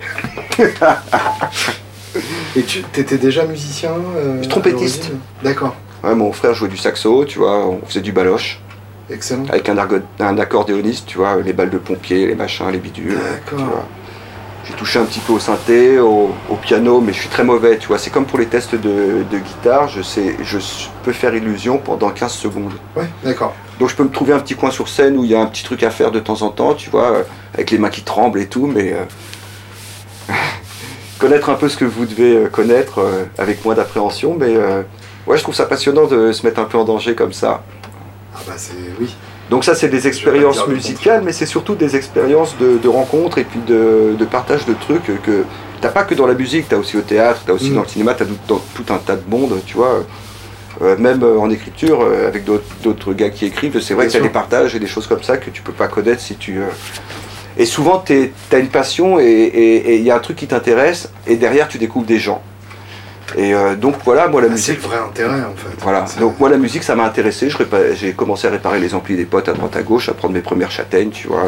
Et tu t'étais déjà musicien Trompettiste. D'accord. Ouais, mon frère jouait du saxo, tu vois, on faisait du baloche. Excellent. Avec un accordéoniste, tu vois, les balles de pompier, les machins, les bidules. Tu vois. J'ai touché un petit peu au synthé, au piano, mais je suis très mauvais, tu vois. C'est comme pour les tests de guitare, je peux faire illusion pendant 15 secondes. Ouais, d'accord. Donc je peux me trouver un petit coin sur scène où il y a un petit truc à faire de temps en temps, tu vois, avec les mains qui tremblent et tout, mais connaître un peu ce que vous devez connaître avec moins d'appréhension, mais ouais, je trouve ça passionnant de se mettre un peu en danger comme ça. Ah bah c'est... oui. Donc ça, c'est des expériences musicales, mais c'est surtout des expériences de rencontres et puis de partage de trucs que t'as pas que dans la musique, t'as aussi au théâtre, t'as aussi dans le cinéma, t'as dans tout un tas de monde, tu vois. Même en écriture, avec d'autres gars qui écrivent, c'est vrai que t'as des partages et des choses comme ça que tu peux pas connaître si tu... Et souvent, t'as une passion et il y a un truc qui t'intéresse et derrière, tu découvres des gens. Et donc voilà, moi la C'est musique. le vrai intérêt en fait. Voilà, C'est- donc moi la musique ça m'a intéressé, j'ai commencé à réparer les amplis des potes à droite à gauche, à prendre mes premières châtaignes, tu vois.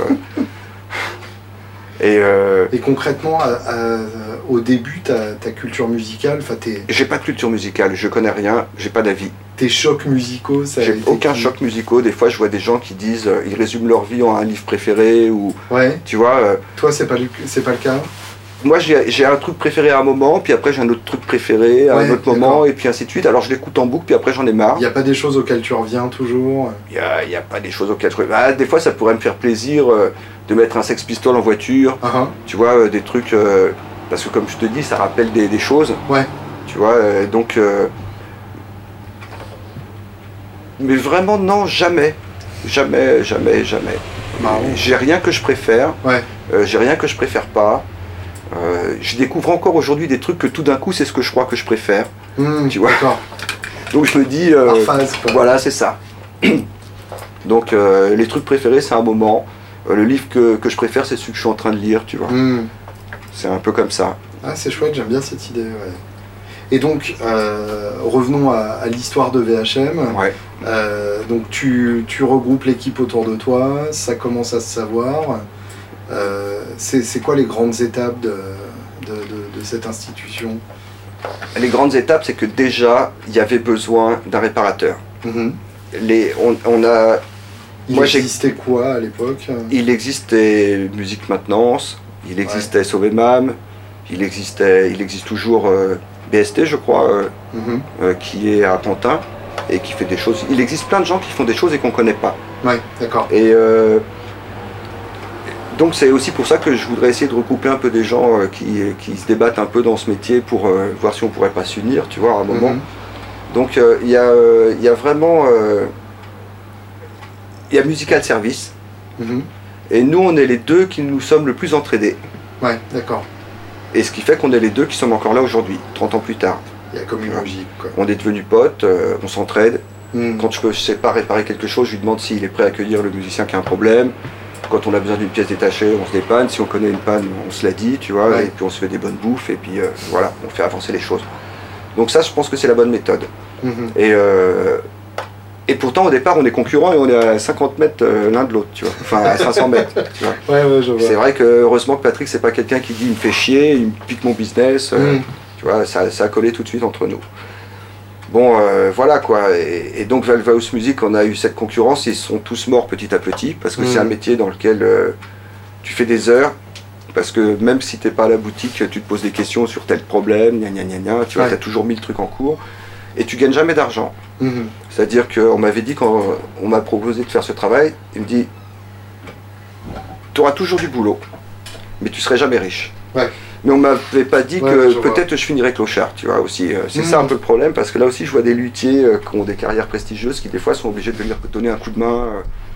Et Et concrètement, au début, ta culture musicale, enfin j'ai pas de culture musicale, je connais rien, j'ai pas d'avis. tes chocs musicaux, ça a J'ai été aucun qui- choc musicaux, des fois je vois des gens qui disent, ils résument leur vie en un livre préféré, ou Ouais, tu vois, toi c'est pas le cas. moi j'ai un truc préféré à un moment, puis après j'ai un autre truc préféré à Ouais, un autre d'accord. moment, et puis ainsi de suite, alors je l'écoute en boucle, puis après j'en ai marre. Il n'y a pas des choses auxquelles tu reviens toujours. Il y a pas des choses auxquelles je... Bah, des fois ça pourrait me faire plaisir de mettre un Sex Pistols en voiture, Ah, ah. tu vois, des trucs, parce que comme je te dis, ça rappelle des choses, Ouais, tu vois, donc... mais vraiment non, jamais, jamais, jamais, jamais. marrant. J'ai rien que je préfère, Ouais, j'ai rien que je préfère pas. Je découvre encore aujourd'hui des trucs que tout d'un coup c'est ce que je crois que je préfère. Tu vois. D'accord. Donc je me dis, Par phase, quoi. voilà, c'est ça. Donc les trucs préférés c'est un moment. Le livre que je préfère c'est celui que je suis en train de lire, tu vois. Hmm. C'est un peu comme ça. Ah, c'est chouette, j'aime bien cette idée. Ouais. Et donc, revenons à l'histoire de VHM. Ouais. Donc, tu regroupes l'équipe autour de toi, ça commence à se savoir. C'est quoi les grandes étapes de cette institution? Les grandes étapes c'est que déjà il y avait besoin d'un réparateur. Mhm. On a... Il Moi, j'ai- existait quoi à l'époque? Il existait Musique Maintenance, il existait Sauvemam, il existe toujours BST, je crois, Mhm. qui est à Pantin et qui fait des choses. Il existe plein de gens qui font des choses et qu'on connaît pas. Ouais, d'accord. Et donc c'est aussi pour ça que je voudrais essayer de regrouper un peu des gens qui se débattent un peu dans ce métier pour voir si on pourrait pas s'unir, tu vois, à un moment. Mhm. Donc il y a vraiment... il y a Musical Service. Mhm. Et nous, on est les deux qui nous sommes le plus entraînés. Ouais, d'accord. Et ce qui fait qu'on est les deux qui sommes encore là aujourd'hui, 30 ans plus tard. Il y a comme une logique, quoi. On est devenus potes, on s'entraide. Mhm. Quand je sais pas réparer quelque chose, je lui demande s'il est prêt à accueillir le musicien qui a un problème. Quand on a besoin d'une pièce détachée, on se dépanne. Si on connaît une panne, on se la dit, tu vois. Ouais. Et puis on se fait des bonnes bouffes. Et puis voilà, on fait avancer les choses. Donc ça, je pense que c'est la bonne méthode. Mhm. Et pourtant, au départ, on est concurrents et on est à 50 mètres l'un de l'autre, tu vois. Enfin, à 500 mètres, tu vois. Ouais, je vois. C'est vrai que heureusement que Patrick c'est pas quelqu'un qui dit il me fait chier, il me pique mon business, tu vois, ça a collé tout de suite entre nous. Bon voilà quoi, et donc Valvaus Music, on a eu cette concurrence, ils sont tous morts petit à petit, parce que c'est un métier dans lequel tu fais des heures, parce que même si t'es pas à la boutique, tu te poses des questions sur tel problème, gna gna gna gna, tu vois, Ouais. t'as toujours 1000 trucs en cours, et tu gagnes jamais d'argent. Mhm. C'est-à-dire qu'on m'avait dit, quand on m'a proposé de faire ce travail, il me dit tu auras toujours du boulot, mais tu serais jamais riche. Ouais. Mais on m'avait pas dit Ouais, que je vois. peut-être je finirais clochard, tu vois, aussi. C'est Mhm. ça un peu le problème, parce que là aussi je vois des luthiers qui ont des carrières prestigieuses qui des fois sont obligés de venir donner un coup de main.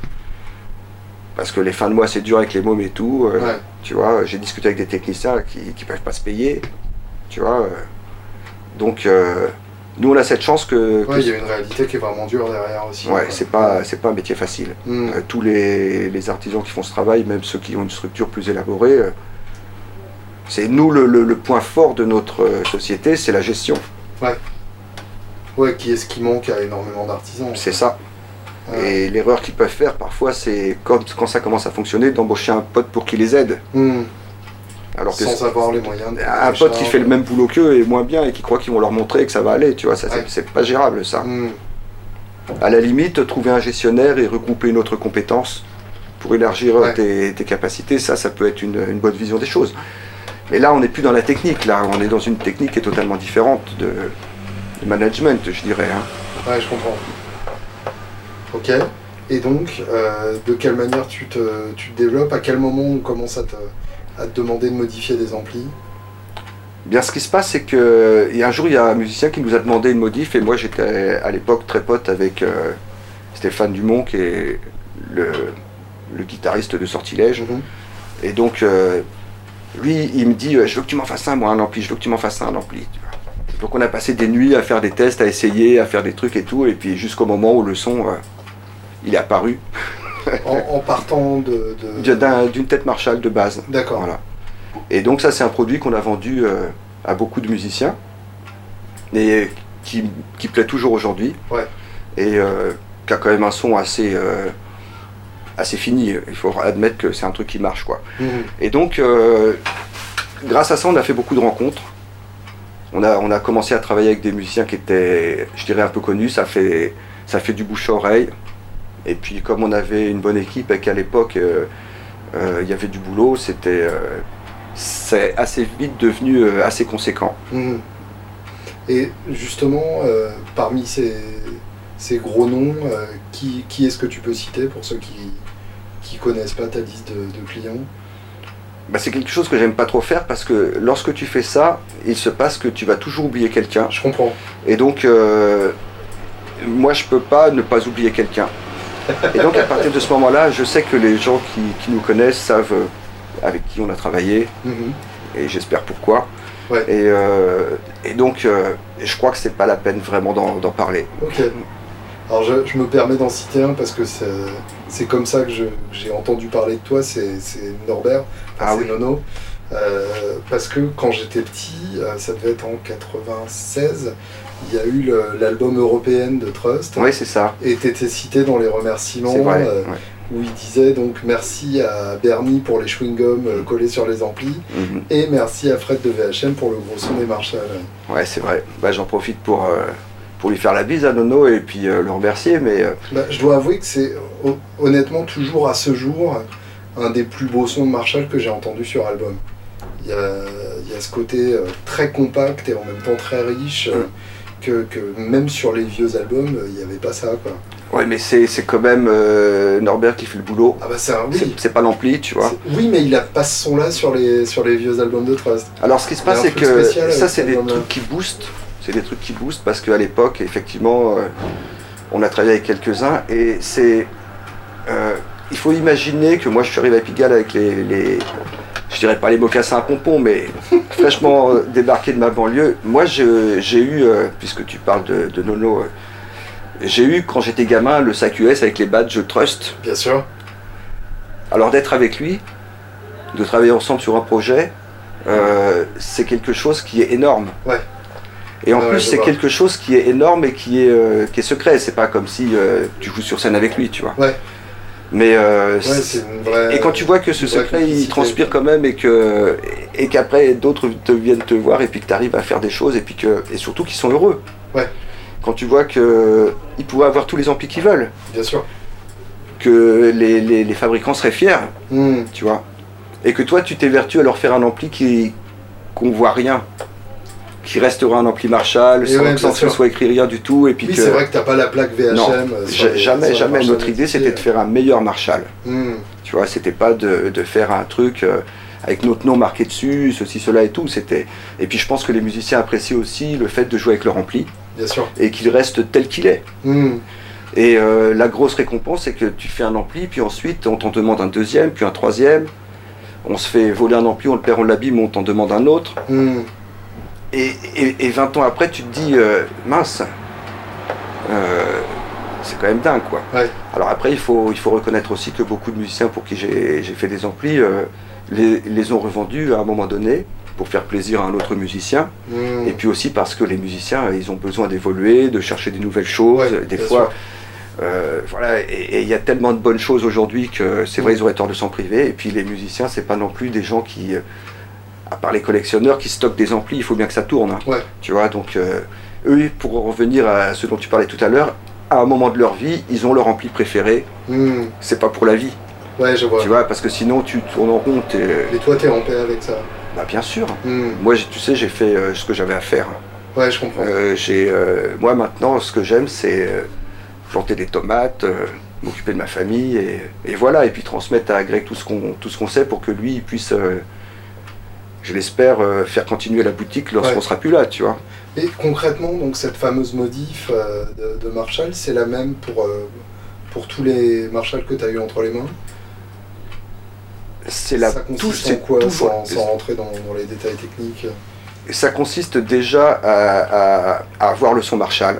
Parce que les fins de mois c'est dur avec les mômes et tout. Ouais. Tu vois, j'ai discuté avec des techniciens qui peuvent pas se payer. Tu vois. Donc nous on a cette chance que Ouais, il y a une réalité qui est vraiment dure derrière aussi. ouais, quoi. c'est pas un métier facile. Mhm. Tous les artisans qui font ce travail, même ceux qui ont une structure plus élaborée, c'est nous le point fort de notre société, c'est la gestion. Ouais, qui est ce qui manque à énormément d'artisans. C'est ça. Ouais. Et l'erreur qu'ils peuvent faire parfois, c'est quand ça commence à fonctionner, d'embaucher un pote pour qu'il les aide. Mhm. Alors que Sans avoir les moyens de un pote qui fait le même boulot qu'eux et moins bien et qui croit qu'ils vont leur montrer que ça va aller, tu vois, ça Ouais. c'est pas gérable ça. Mhm. À la limite, trouver un gestionnaire et regrouper une autre compétence pour élargir Ouais. tes capacités, ça peut être une bonne vision des choses. Mais là, on n'est plus dans la technique, là, on est dans une technique qui est totalement différente de management, je dirais. Hein. Ouais, je comprends. Ok. Et donc, de quelle manière tu te développes? À quel moment on commence à te demander de modifier des amplis? Bien, ce qui se passe, c'est que un jour, il y a un musicien qui nous a demandé une modif, et moi, j'étais à l'époque très pote avec Stéphane Dumont, qui est le guitariste de Sortilège. Mhm. Et donc, lui, il me dit, je veux que tu m'en fasses un, moi, un ampli, je veux que tu m'en fasses un ampli. Tu vois. Donc on a passé des nuits à faire des tests, à essayer, à faire des trucs et tout, et puis jusqu'au moment où le son, il est apparu. En partant D'une tête Marshall de base. D'accord. Voilà. Et donc ça, c'est un produit qu'on a vendu à beaucoup de musiciens. et qui plaît toujours aujourd'hui. Ouais. Et qui a quand même un son assez fini. Il faut admettre que c'est un truc qui marche, quoi. Et donc, grâce à ça, on a fait beaucoup de rencontres. On a commencé à travailler avec des musiciens qui étaient, je dirais, un peu connus. Ça fait du bouche à oreille. Et puis, comme on avait une bonne équipe et qu'à l'époque, il y avait du boulot, c'est assez vite devenu assez conséquent. Et justement, parmi ces gros noms, qui est-ce que tu peux citer pour ceux qui connaissent pas ta liste de clients? Bah, c'est quelque chose que j'aime pas trop faire parce que lorsque tu fais ça, il se passe que tu vas toujours oublier quelqu'un. Je comprends. Et donc, moi je peux pas ne pas oublier quelqu'un. Et donc à partir de ce moment-là, je sais que les gens qui nous connaissent savent avec qui on a travaillé. Et j'espère pourquoi. Ouais. Et donc, je crois que c'est pas la peine vraiment d'en parler. Ok. Alors je me permets d'en citer un parce que c'est comme ça que j'ai entendu parler de toi, c'est Norbert, c'est oui. Nono. Parce que quand j'étais petit, ça devait être en 96, il y a eu l'album Européenne de Trust. Oui, c'est ça. Et tu étais cité dans les remerciements. C'est vrai, où il disait donc merci à Bernie pour les chewing-gums collés sur les amplis et merci à Fred de VHM pour le gros son des Marshall. Ouais, c'est vrai. Bah, j'en profite pour lui faire la bise à Nono et puis le remercier. Mais je dois avouer que c'est honnêtement toujours à ce jour un des plus beaux sons de Marshall que j'ai entendu sur album. Il y a ce côté très compact et en même temps très riche que même sur les vieux albums, il n'y avait pas ça, quoi. Ouais, mais c'est quand même Norbert qui fait le boulot. Ah bah oui. C'est pas l'ampli, tu vois. Oui, mais il a pas ce son-là sur les vieux albums de Trust. Alors ce qui se passe, c'est que ça, c'est des trucs qui boostent. C'est des trucs qui boostent parce qu'à l'époque, effectivement, on a travaillé avec quelques-uns et il faut imaginer que moi, je suis arrivé à Pigalle avec je dirais pas les mocassins à pompons, mais fraîchement débarqué de ma banlieue. Moi, j'ai eu, puisque tu parles de Nono, j'ai eu, quand j'étais gamin, le sac US avec les badges Trust. Bien sûr. Alors d'être avec lui, de travailler ensemble sur un projet, c'est quelque chose qui est énorme. Ouais. Et en plus, c'est quelque chose qui est énorme et qui est secret. C'est pas comme si tu joues sur scène avec lui, tu vois. Ouais. Mais c'est une vraie, et quand tu vois que ce secret il transpire quand même et qu'après d'autres viennent te voir et puis que tu arrives à faire des choses et surtout qu'ils sont heureux. Ouais. Quand tu vois qu'ils pourraient avoir tous les amplis qu'ils veulent. Bien sûr. Que les fabricants seraient fiers, tu vois. Et que toi tu t'évertues à leur faire un ampli qu'on voit rien. Qui restera un ampli Marshall sans que ce soit écrit rien du tout. Et puis c'est vrai que t'as pas la plaque VHM. Non, jamais. Notre idée c'était de faire un meilleur Marshall. Tu vois, c'était pas de faire un truc avec notre nom marqué dessus, ceci, cela et tout. Et puis je pense que les musiciens apprécient aussi le fait de jouer avec leur ampli. Bien sûr. Et qu'il reste tel qu'il est. Et la grosse récompense c'est que tu fais un ampli, puis ensuite on t'en demande un deuxième, puis un troisième. On se fait voler un ampli, on le perd, on l'abîme, on t'en demande un autre. Et 20 ans après, tu te dis, mince, c'est quand même dingue, quoi. Ouais. Alors après, il faut reconnaître aussi que beaucoup de musiciens pour qui j'ai fait des amplis, les ont revendus à un moment donné pour faire plaisir à un autre musicien. Et puis aussi parce que les musiciens, ils ont besoin d'évoluer, de chercher des nouvelles choses. Des fois, voilà, et il y a tellement de bonnes choses aujourd'hui que c'est vrai, ils auraient tort de s'en priver. Et puis les musiciens, c'est pas non plus des gens qui... à part les collectionneurs qui stockent des amplis, il faut bien que ça tourne. Hein. Ouais. Tu vois, donc eux, pour revenir à ce dont tu parlais tout à l'heure, à un moment de leur vie, ils ont leur ampli préféré. C'est pas pour la vie. Ouais, je vois. Tu vois, parce que sinon tu tournes en rond. Et toi, t'es en paix avec ça? Bah bien sûr. Moi, tu sais, j'ai fait ce que j'avais à faire. Ouais, je comprends. Moi maintenant, ce que j'aime, c'est planter des tomates, m'occuper de ma famille et voilà, et puis transmettre à Greg tout ce qu'on sait pour que lui il puisse. Je l'espère faire continuer la boutique lorsqu'on sera plus là, tu vois. Et concrètement, donc cette fameuse modif de Marshall, c'est la même pour tous les Marshall que tu as eu entre les mains? Ça consiste en quoi, sans rentrer dans les détails techniques? Ça consiste déjà à avoir le son Marshall,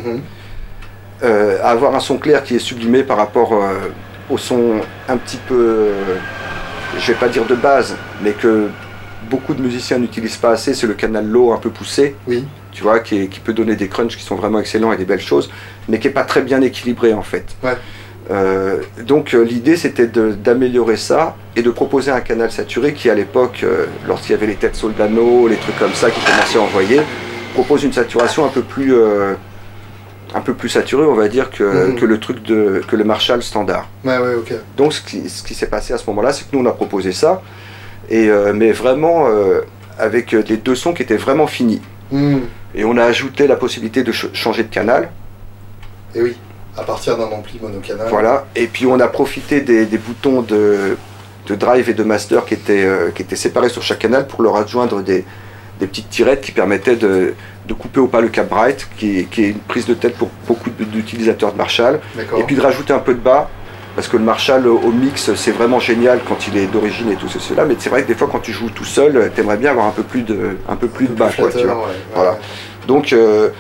à avoir un son clair qui est sublimé par rapport au son un petit peu, je vais pas dire de base, mais que beaucoup de musiciens n'utilisent pas assez, c'est le canal low un peu poussé, Oui. tu vois, qui peut donner des crunchs qui sont vraiment excellents et des belles choses, mais qui n'est pas très bien équilibré en fait. Ouais. Donc l'idée c'était d'améliorer ça et de proposer un canal saturé qui à l'époque, lorsqu'il y avait les têtes Soldano, les trucs comme ça qui commençaient à envoyer, propose une saturation un peu plus saturée on va dire que le truc que le Marshall standard. Ouais, ok. Donc ce qui s'est passé à ce moment là c'est que nous on a proposé ça, mais vraiment avec les deux sons qui étaient vraiment finis. Et on a ajouté la possibilité de changer de canal. Et oui, à partir d'un ampli monocanal. Voilà, et puis on a profité des boutons de drive et de master qui étaient séparés sur chaque canal pour leur adjoindre des petites tirettes qui permettaient de couper au pas le cap bright, qui est une prise de tête pour beaucoup d'utilisateurs de Marshall. D'accord. Et puis de rajouter un peu de bas, parce que le Marshall au mix c'est vraiment génial quand il est d'origine et tout cela, mais c'est vrai que des fois quand tu joues tout seul, t'aimerais bien avoir un peu plus de bas, quoi, tu vois. Voilà. Donc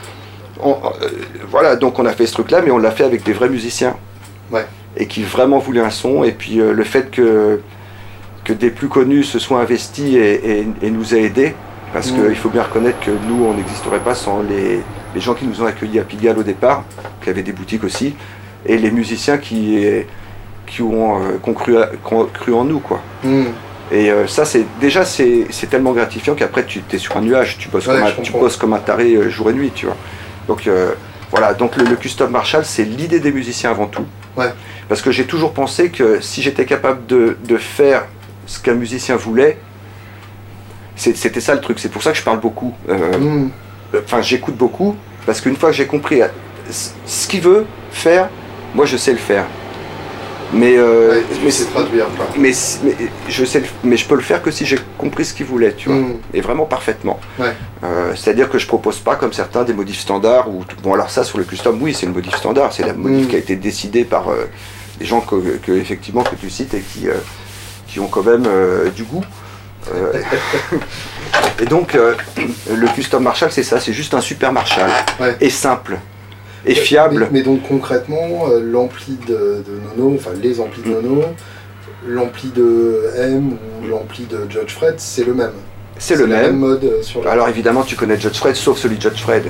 voilà, donc on a fait ce truc là, mais on l'a fait avec des vrais musiciens. Ouais. Et qui vraiment voulaient un son, et puis le fait que des plus connus se soient investis et nous aient aidés, parce qu'il faut bien reconnaître que nous on n'existerait pas sans les gens qui nous ont accueillis à Pigalle au départ, qui avaient des boutiques aussi, et les musiciens qui ont cru en nous, quoi. Et ça c'est tellement gratifiant qu'après tu es sur un nuage, tu bosses comme un taré jour et nuit, tu vois. Donc voilà, donc le custom Marshall c'est l'idée des musiciens avant tout. Ouais. Parce que j'ai toujours pensé que si j'étais capable de faire ce qu'un musicien voulait, c'était ça le truc, c'est pour ça que je parle beaucoup. Enfin j'écoute beaucoup, parce qu'une fois que j'ai compris ce qu'il veut faire, moi je sais le faire. Mais c'est traduire, quoi. Mais je peux le faire que si j'ai compris ce qu'il voulait, tu vois, et vraiment parfaitement. Ouais. C'est-à-dire que je propose pas comme certains des modifs standards bon alors ça sur le custom oui c'est le modif standard, c'est la modif qui a été décidée par des gens effectivement que tu cites et qui ont quand même du goût. Et donc le custom Marshall c'est ça, c'est juste un super Marshall, et simple. Et fiable. Mais donc concrètement, l'ampli de Nono, enfin les amplis de Nono, l'ampli de M ou l'ampli de Judge Fred, c'est le même. C'est le même mode sur Alors évidemment tu connais Judge Fred, sauf celui de Judge Fred.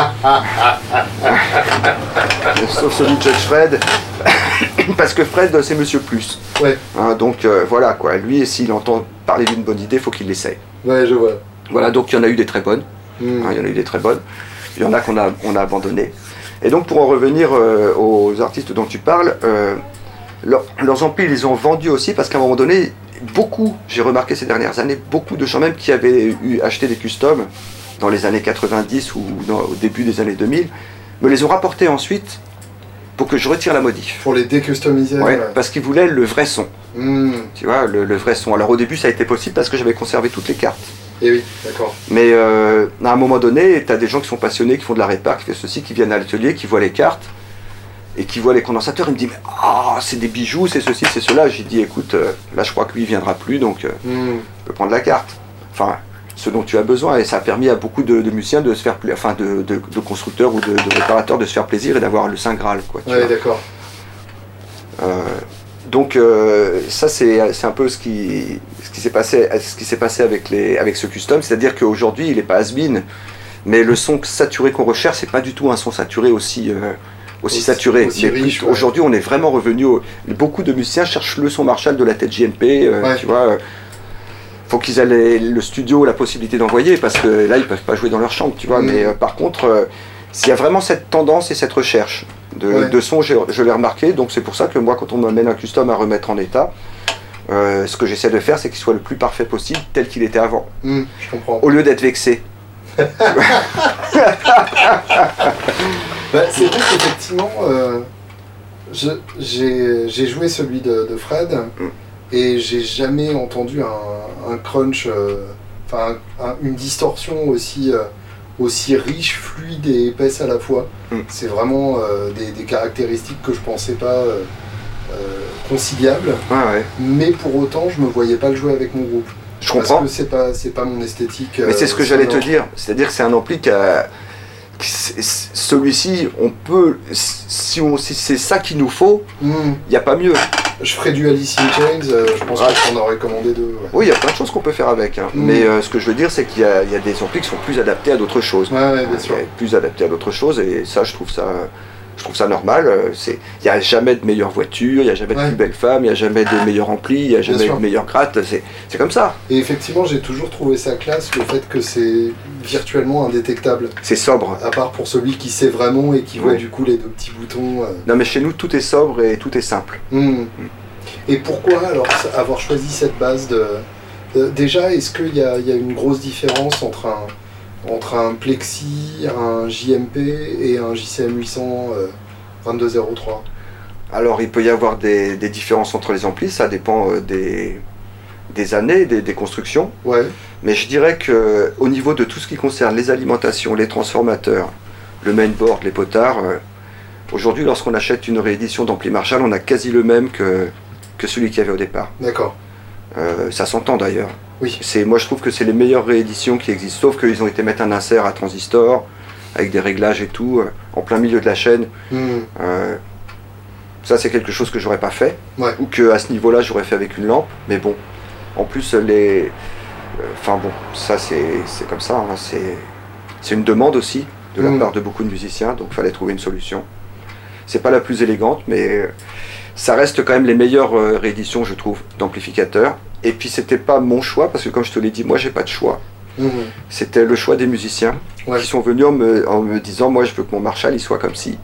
Sauf celui de Judge Fred, parce que Fred c'est Monsieur Plus. Ouais. Hein, donc voilà quoi, lui s'il entend parler d'une bonne idée, faut qu'il l'essaye. Ouais, je vois. Voilà, donc il y en a eu des très bonnes. Il y en a eu des très bonnes. Il y en a qu'on a abandonné. Et donc pour en revenir aux artistes dont tu parles, leurs amplis ils les ont vendus aussi parce qu'à un moment donné, j'ai remarqué ces dernières années, beaucoup de gens même qui avaient acheté des customs dans les années 90 ou au début des années 2000, me les ont rapportés ensuite pour que je retire la modif. Pour les décustomiser. Ouais, parce qu'ils voulaient le vrai son. Tu vois, le vrai son. Alors au début ça a été possible parce que j'avais conservé toutes les cartes. Et oui, d'accord. Mais à un moment donné, tu as des gens qui sont passionnés, qui font de la répar, qui font ceci, qui viennent à l'atelier, qui voient les cartes et qui voient les condensateurs. Ils me disent c'est des bijoux, c'est ceci, c'est cela. J'ai dit écoute, là je crois que lui il viendra plus, donc tu peux prendre la carte. Enfin, ce dont tu as besoin, et ça a permis à beaucoup de musiciens de se faire enfin de constructeurs ou de réparateurs de se faire plaisir et d'avoir le Saint Graal, quoi. Ouais, d'accord. Donc ça c'est un peu ce qui s'est passé avec ce custom, c'est-à-dire qu'aujourd'hui il n'est pas has-been, mais le son saturé qu'on recherche c'est pas du tout un son saturé aussi saturé. Aussi riche, aujourd'hui on est vraiment revenu beaucoup de musiciens cherchent le son Marshall de la tête JMP, tu vois. Faut qu'ils aient le studio, la possibilité d'envoyer, parce que là ils peuvent pas jouer dans leur chambre, tu vois. Mais par contre s'il y a vraiment cette tendance et cette recherche de son, je l'ai remarqué, donc c'est pour ça que moi quand on m'amène un custom à remettre en état, ce que j'essaie de faire c'est qu'il soit le plus parfait possible tel qu'il était avant, je comprends. au lieu d'être vexé. C'est vrai qu'effectivement j'ai joué celui de Fred et j'ai jamais entendu un crunch, une distorsion aussi riche, fluide et épaisse à la fois. C'est vraiment des caractéristiques que je pensais pas conciliables. Mais pour autant, je me voyais pas le jouer avec mon groupe. Je comprends. Parce que c'est pas mon esthétique. Mais c'est ce que j'allais te dire. C'est-à-dire que c'est un ampli celui-ci, on peut, si c'est ça qu'il nous faut, il n'y a pas mieux. Je ferais du Alice in Chains, je pense Ouais. que j'en aurais commandé 2. Ouais. Oui, il y a plein de choses qu'on peut faire avec. Mais ce que je veux dire, c'est qu'il y a des amplis qui sont plus adaptés à d'autres choses. Ouais, bien sûr. Plus adaptés à d'autres choses, et ça, je trouve ça normal. Il n'y a jamais de meilleure voiture, il n'y a jamais de plus belle femme, il n'y a jamais de meilleur ampli, il n'y a jamais de meilleure gratte. C'est comme ça. Et effectivement, j'ai toujours trouvé ça classe, le fait que c'est virtuellement indétectable. C'est sobre. À part pour celui qui sait vraiment et qui voit du coup les 2 petits boutons. Non, mais chez nous, tout est sobre et tout est simple. Et pourquoi alors avoir choisi cette base déjà, est-ce qu'il y a une grosse différence entre un Plexi, un JMP et un JCM 800 2203? Alors, il peut y avoir des différences entre les amplis, ça dépend des années, des constructions. Ouais. Mais je dirais qu'au niveau de tout ce qui concerne les alimentations, les transformateurs, le mainboard, les potards, aujourd'hui, lorsqu'on achète une réédition d'ampli Marshall, on a quasi le même que celui qu'il y avait au départ. D'accord. Ça s'entend d'ailleurs. Oui. Moi, je trouve que c'est les meilleures rééditions qui existent, sauf qu'ils ont été mettre un insert à transistor, avec des réglages et tout, en plein milieu de la chaîne. Ça, c'est quelque chose que j'aurais pas fait, ou qu'à ce niveau-là, j'aurais fait avec une lampe. Mais bon, en plus, enfin bon, ça, c'est comme ça. Hein, c'est une demande aussi, de la part de beaucoup de musiciens, donc il fallait trouver une solution. C'est pas la plus élégante, mais ça reste quand même les meilleures rééditions, je trouve, d'amplificateurs. Et puis c'était pas mon choix, parce que comme je te l'ai dit, moi j'ai pas de choix. C'était le choix des musiciens qui sont venus en me disant, moi je veux que mon Marshall il soit comme ci.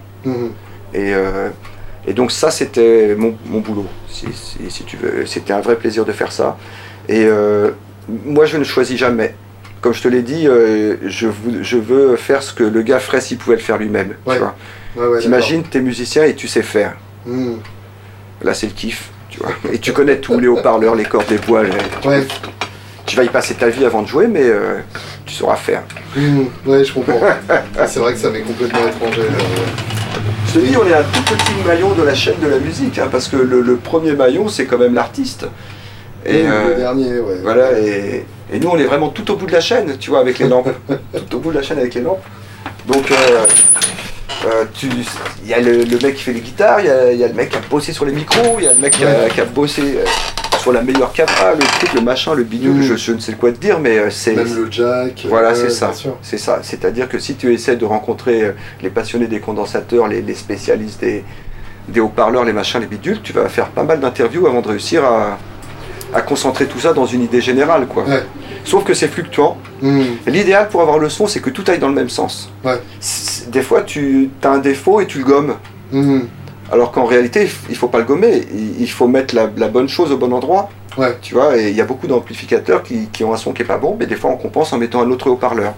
Et donc ça c'était mon boulot, si tu veux. C'était un vrai plaisir de faire ça. Et moi je ne choisis jamais. Comme je te l'ai dit, je veux faire ce que le gars ferait s'il pouvait le faire lui-même. Tu vois. T'imagines, t'es musicien et tu sais faire. Là c'est le kiff. Tu vois. Et tu connais tous les haut-parleurs, les cordes, les bois. Tu vas y passer ta vie avant de jouer, mais tu sauras faire. Ouais, je comprends. C'est vrai que ça m'est complètement étranger. Je te dis, on est un tout petit maillon de la chaîne de la musique, hein, parce que le premier maillon, c'est quand même l'artiste. Et le dernier, ouais. Voilà, et nous, on est vraiment tout au bout de la chaîne, tu vois, avec les lampes. Tout au bout de la chaîne avec les lampes. Donc, il y a le mec qui fait les guitares, il y a le mec qui a bossé sur les micros, il y a le mec qui a bossé sur la meilleure capra, le truc, le machin, le bidule, je ne sais quoi te dire, mais c'est... Même le jack. Voilà, c'est ça. C'est ça. C'est-à-dire que si tu essaies de rencontrer les passionnés des condensateurs, les spécialistes des haut-parleurs, les machins, les bidules, tu vas faire pas mal d'interviews avant de réussir à concentrer tout ça dans une idée générale, quoi. Sauf que c'est fluctuant. L'idéal pour avoir le son, c'est que tout aille dans le même sens. Des fois, tu as un défaut et tu le gommes. Alors qu'en réalité, il faut pas le gommer. Il faut mettre la bonne chose au bon endroit. Tu vois, et il y a beaucoup d'amplificateurs qui ont un son qui est pas bon, mais des fois on compense en mettant un autre haut-parleur.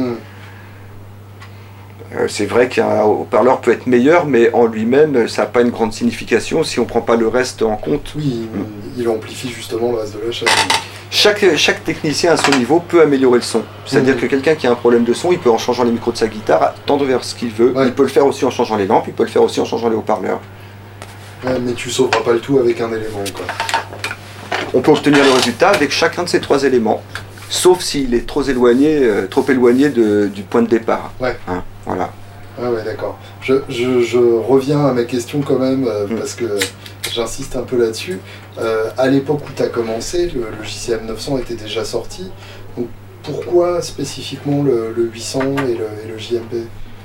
C'est vrai qu'un haut-parleur peut être meilleur, mais en lui-même, ça n'a pas une grande signification si on ne prend pas le reste en compte. Oui, il amplifie justement le reste de la chaîne. Chaque technicien à son niveau peut améliorer le son. C'est-à-dire que quelqu'un qui a un problème de son, il peut en changeant les micros de sa guitare tendre vers ce qu'il veut. Il peut le faire aussi en changeant les lampes, il peut le faire aussi en changeant les haut-parleurs. Mais tu sauveras pas le tout avec un élément, quoi. On peut obtenir le résultat avec chacun de ces 3 éléments, sauf s'il est trop éloigné du point de départ. Hein, voilà. Ah ouais, d'accord. Je reviens à ma question quand même, parce que j'insiste un peu là-dessus. À l'époque où tu as commencé, le JCM 900 était déjà sorti. Donc pourquoi spécifiquement le 800 et le JMP?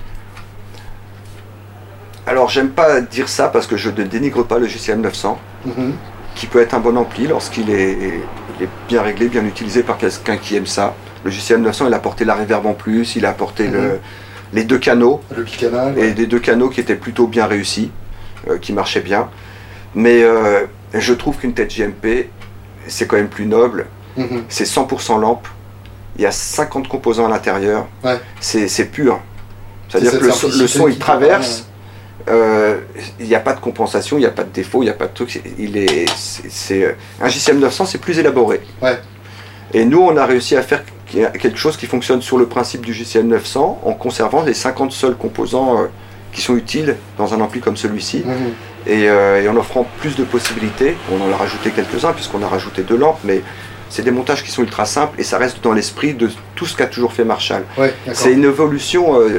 Alors j'aime pas dire ça parce que je ne dénigre pas le JCM 900, qui peut être un bon ampli lorsqu'il est bien réglé, bien utilisé par quelqu'un qui aime ça. Le JCM 900, il a apporté la reverb en plus, il a apporté les 2 canaux, le bicanal, et des 2 canaux qui étaient plutôt bien réussis, qui marchaient bien. Mais je trouve qu'une tête JMP, c'est quand même plus noble. C'est 100% lampe, il y a 50 composants à l'intérieur, c'est pur. C'est-à-dire que le son il traverse, il n'y a pas de compensation, il n'y a pas de défaut, il n'y a pas de truc. Un JCM 900, c'est plus élaboré. Et nous, on a réussi à faire quelque chose qui fonctionne sur le principe du JCM 900 en conservant les 50 seuls composants qui sont utiles dans un ampli comme celui-ci. Et en offrant plus de possibilités. On en a rajouté quelques-uns puisqu'on a rajouté 2 lampes, mais c'est des montages qui sont ultra simples et ça reste dans l'esprit de tout ce qu'a toujours fait Marshall. C'est une évolution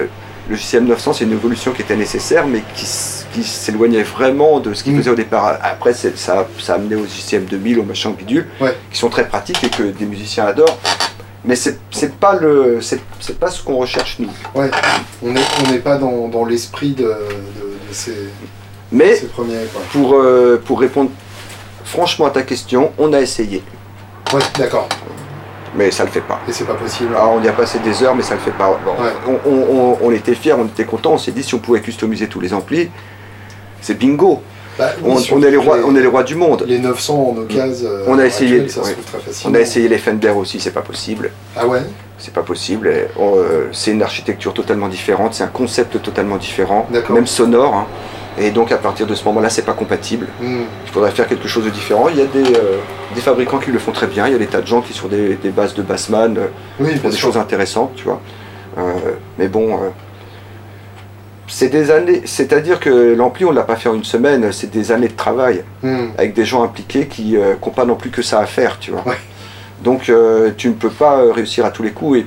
Le JCM 900, c'est une évolution qui était nécessaire, mais qui s'éloignait vraiment de ce qu'il faisait au départ. Après, ça a amené au JCM 2000, au machin bidule, qui sont très pratiques et que des musiciens adorent. Mais c'est pas ce qu'on recherche nous. Ouais, on n'est pas dans l'esprit de ces premiers. Pour répondre franchement à ta question, on a essayé. Ouais, d'accord. Mais ça le fait pas. Et c'est pas possible. Alors, on y a passé des heures, mais ça le fait pas. Bon, ouais. On était fiers, on était contents. On s'est dit si on pouvait customiser tous les amplis, c'est bingo. Bah, oui, on est les rois du monde. Les 900 en occasion. On a essayé. Ça se trouve très facilement. On a essayé les Fender aussi, c'est pas possible. Ah ouais. C'est pas possible. C'est une architecture totalement différente, c'est un concept totalement différent, même sonore. Hein. Et donc à partir de ce moment-là, c'est pas compatible. Il faudrait faire quelque chose de différent. Il y a des fabricants qui le font très bien. Il y a des tas de gens qui sont des bases de bassman font des choses intéressantes, tu vois. Mais bon, c'est des années. C'est-à-dire que l'ampli, on l'a pas fait en une semaine. C'est des années de travail avec des gens impliqués qui n'ont pas non plus que ça à faire, tu vois. Ouais. Donc tu ne peux pas réussir à tous les coups.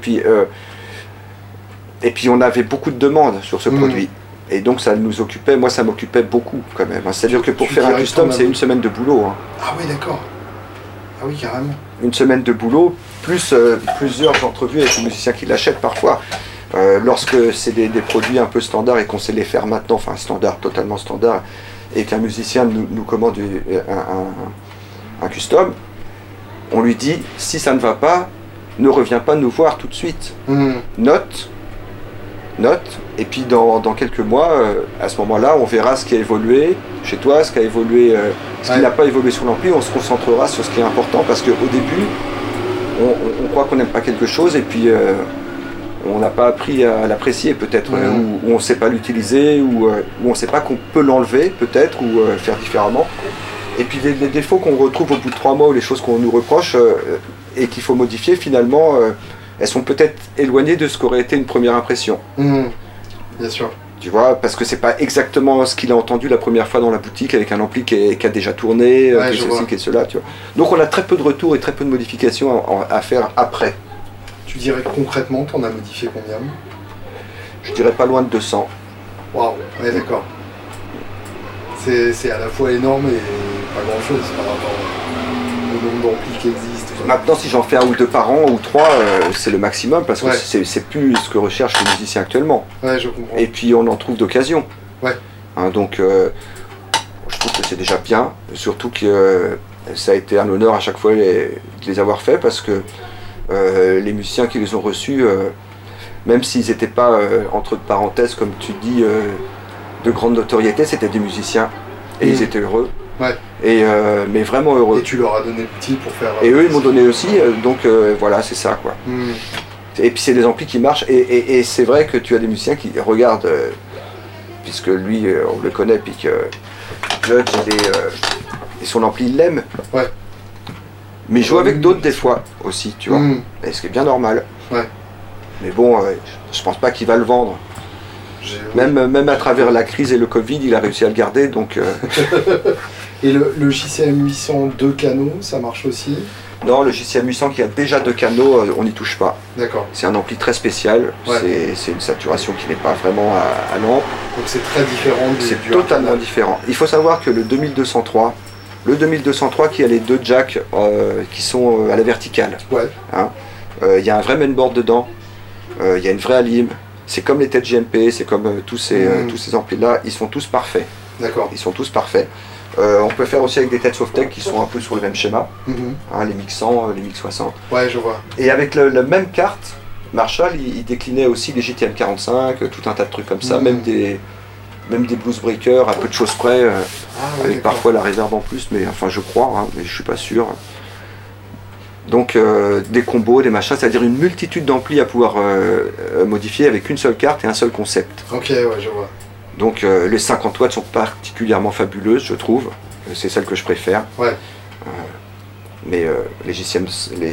Et puis on avait beaucoup de demandes sur ce produit. Et donc ça nous occupait, moi ça m'occupait beaucoup quand même. C'est-à-dire que pour faire un custom, c'est une semaine de boulot. Hein. Ah oui, d'accord. Ah oui, carrément. Une semaine de boulot, plus plusieurs entrevues avec les musiciens qui l'achètent parfois. Lorsque c'est des produits un peu standards et qu'on sait les faire maintenant, enfin standard, totalement standard, et qu'un musicien nous commande un custom, on lui dit, si ça ne va pas, ne reviens pas nous voir tout de suite. Note, et puis dans quelques mois, à ce moment-là, on verra ce qui a évolué chez toi, ce qui a évolué, ce qui n'a pas évolué sur l'ampli, on se concentrera sur ce qui est important, parce qu'au début, on croit qu'on n'aime pas quelque chose, et puis on n'a pas appris à l'apprécier peut-être, ou on ne sait pas l'utiliser, ou on ne sait pas qu'on peut l'enlever peut-être, ou faire différemment. Et puis les défauts qu'on retrouve au bout de 3 mois, ou les choses qu'on nous reproche, et qu'il faut modifier, finalement, elles sont peut-être éloignées de ce qu'aurait été une première impression. Bien sûr. Tu vois, parce que c'est pas exactement ce qu'il a entendu la première fois dans la boutique avec un ampli qui a déjà tourné, qui est ceci, qui est cela, tu vois. Donc on a très peu de retours et très peu de modifications à faire après. Tu dirais que concrètement, t'en as modifié combien? Je dirais pas loin de 200. Waouh, ouais, d'accord. C'est à la fois énorme et pas grand-chose par rapport au nombre d'amplis qui existent. Maintenant, si j'en fais 1 ou 2 par an, ou 3, c'est le maximum, parce que c'est plus ce que recherchent les musiciens actuellement. Ouais, je comprends. Et puis on en trouve d'occasion. Ouais. Hein, donc, je trouve que c'est déjà bien, surtout que ça a été un honneur à chaque fois de les avoir faits, parce que les musiciens qui les ont reçus, même s'ils n'étaient pas, entre parenthèses, comme tu dis, de grande notoriété, c'était des musiciens, et ils étaient heureux. Ouais. Mais vraiment heureux. Et tu leur as donné l'outil pour faire... Et eux, ils m'ont donné aussi, donc voilà, c'est ça, quoi. Et puis c'est des amplis qui marchent, et c'est vrai que tu as des musiciens qui regardent, puisque lui, on le connaît, puis que Judge, et son ampli, il l'aime. Ouais. Mais il joue avec d'autres des fois aussi, tu vois. Et ce qui est bien normal. Ouais. Mais bon, je pense pas qu'il va le vendre. Même à travers la crise et le Covid, il a réussi à le garder, donc... Et le JCM 800 2 canaux, ça marche aussi? Non, le JCM 800 qui a déjà 2 canaux, on n'y touche pas. D'accord. C'est un ampli très spécial, c'est une saturation qui n'est pas vraiment à lampe. Donc c'est très différent du... C'est totalement différent. Il faut savoir que le 2203 qui a les 2 jacks qui sont à la verticale. Ouais. Hein, y a un vrai mainboard dedans, il y a une vraie alim. C'est comme les têtes GMP, c'est comme tous ces amplis-là, ils sont tous parfaits. D'accord. Ils sont tous parfaits. On peut faire aussi avec des têtes Softec qui sont un peu sur le même schéma, hein, les MIG 100, les MIG 60. Ouais, je vois. Et avec la même carte, Marshall, il déclinait aussi les JTM 45, tout un tas de trucs comme ça, même des blues breakers, à peu de choses près, avec parfois la réserve en plus, mais enfin je crois, hein, mais je suis pas sûr. Donc des combos, des machins, c'est-à-dire une multitude d'amplis à pouvoir modifier avec une seule carte et un seul concept. Ok, ouais, je vois. Donc les 50 watts sont particulièrement fabuleuses, je trouve. C'est celles que je préfère. Ouais. Mais les JCM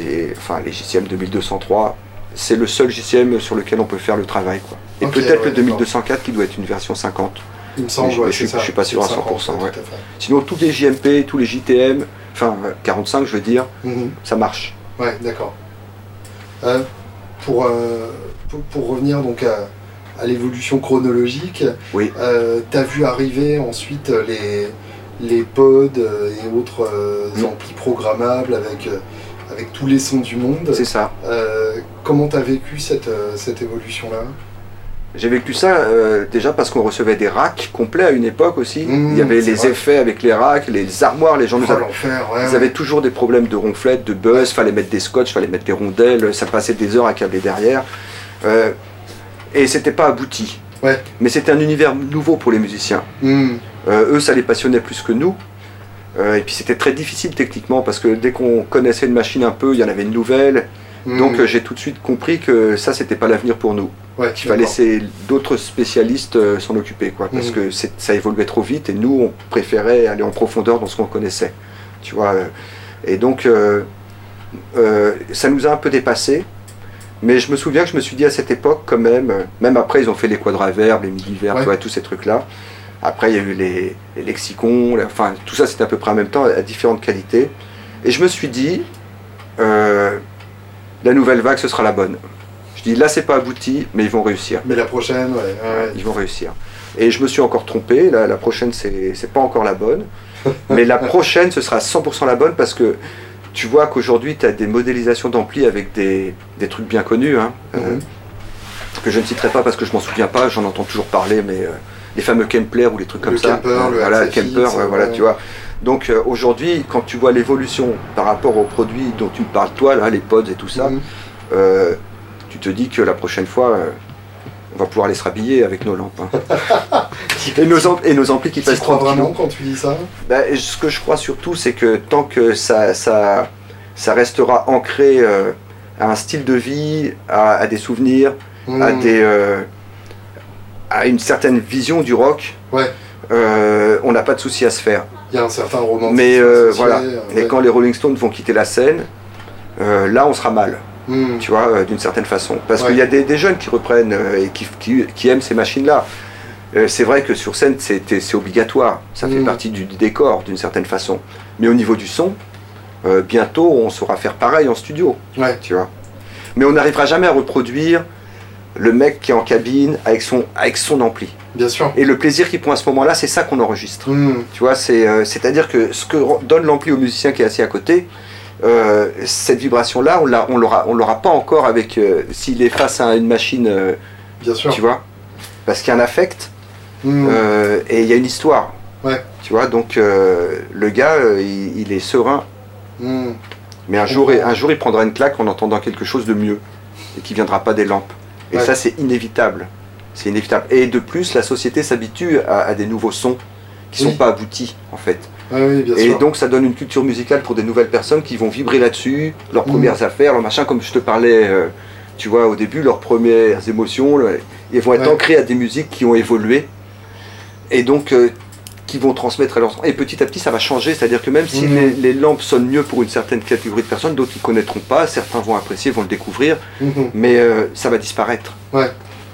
2203, c'est le seul JCM sur lequel on peut faire le travail, quoi. Et peut-être le 2204 qui doit être une version 50. Il me semble, je suis pas sûr à 100%. Ouais. Sinon tous les JMP, tous les JTM, enfin 45 je veux dire, ça marche. Ouais, d'accord. Pour revenir donc à l'évolution chronologique. Oui. T'as vu arriver ensuite les pods et autres amplis programmables avec tous les sons du monde. C'est ça. Comment t'as vécu cette évolution-là? J'ai vécu ça déjà parce qu'on recevait des racks complets à une époque aussi. Il y avait les vrai. effets avec les racks, les armoires, les gens nous avaient... l'enfer, Ils avaient toujours des problèmes de ronflettes, de buzz, fallait mettre des scotch, fallait mettre des rondelles, ça passait des heures à câbler derrière. Et c'était pas abouti. Ouais. Mais c'était un univers nouveau pour les musiciens. Eux, ça les passionnait plus que nous. Et puis c'était très difficile techniquement parce que dès qu'on connaissait une machine un peu, il y en avait une nouvelle. Donc j'ai tout de suite compris que ça, c'était pas l'avenir pour nous. Ouais, Qu'il fallait laisser d'autres spécialistes s'en occuper, quoi, parce que ça évoluait trop vite et nous, on préférait aller en profondeur dans ce qu'on connaissait. Tu vois. Et donc, ça nous a un peu dépassé. Mais je me souviens que je me suis dit à cette époque, quand même après, ils ont fait les quadriverbes, les midi-verbes, tu vois, tous ces trucs-là. Après, il y a eu les lexicons, enfin, tout ça, c'était à peu près en même temps, à différentes qualités. Et je me suis dit, la nouvelle vague, ce sera la bonne. Je dis, là, c'est pas abouti, mais ils vont réussir. Mais la prochaine, Ils vont réussir. Et je me suis encore trompé, la prochaine, c'est pas encore la bonne. Mais la prochaine, ce sera 100% la bonne, parce que tu vois qu'aujourd'hui, tu as des modélisations d'ampli avec des trucs bien connus, hein, que je ne citerai pas parce que je m'en souviens pas, j'en entends toujours parler, mais les fameux Kempler ou les trucs comme ça. Le Kemper, voilà, tu vois. Donc aujourd'hui, quand tu vois l'évolution par rapport aux produits dont tu me parles toi, là, les pods et tout ça, tu te dis que la prochaine fois, on va pouvoir aller se rhabiller avec nos lampes. Hein. et nos amplis qui Tu passent crois 30 vraiment kilos. quand tu dis ça? Ce que je crois surtout, c'est que tant que ça restera ancré à un style de vie, à des souvenirs, à une certaine vision du rock, on n'a pas de souci à se faire. Il y a un certain romantisme. Mais voilà, et quand les Rolling Stones vont quitter la scène, là on sera mal, tu vois, d'une certaine façon. Parce qu'il y a des jeunes qui reprennent et qui aiment ces machines-là. C'est vrai que sur scène c'est obligatoire, ça fait partie du décor d'une certaine façon. Mais au niveau du son, bientôt on saura faire pareil en studio, tu vois. Mais on n'arrivera jamais à reproduire le mec qui est en cabine avec son ampli. Bien sûr. Et le plaisir qu'il prend à ce moment-là, c'est ça qu'on enregistre. Tu vois, c'est-à-dire que ce que donne l'ampli au musicien qui est assis à côté, cette vibration-là, on l'aura pas encore avec s'il est face à une machine. Bien sûr. Tu vois, parce qu'il y a un affect et il y a une histoire. Tu vois, donc le gars, il est serein. Mais un jour, il prendra une claque en entendant quelque chose de mieux et qui viendra pas des lampes. Et ça, c'est inévitable. C'est inévitable. Et de plus, la société s'habitue à des nouveaux sons qui sont pas aboutis, en fait. Oui, bien et sûr. donc, ça donne une culture musicale pour des nouvelles personnes qui vont vibrer là-dessus, leurs premières affaires, leurs machins, comme je te parlais, tu vois, au début, leurs premières émotions, ils vont être ancrés à des musiques qui ont évolué. Et donc, qui vont transmettre à leurs enfants. Et petit à petit, ça va changer. C'est-à-dire que même si les lampes sonnent mieux pour une certaine catégorie de personnes, d'autres ne connaîtront pas, certains vont apprécier, vont le découvrir, mais ça va disparaître. Ouais,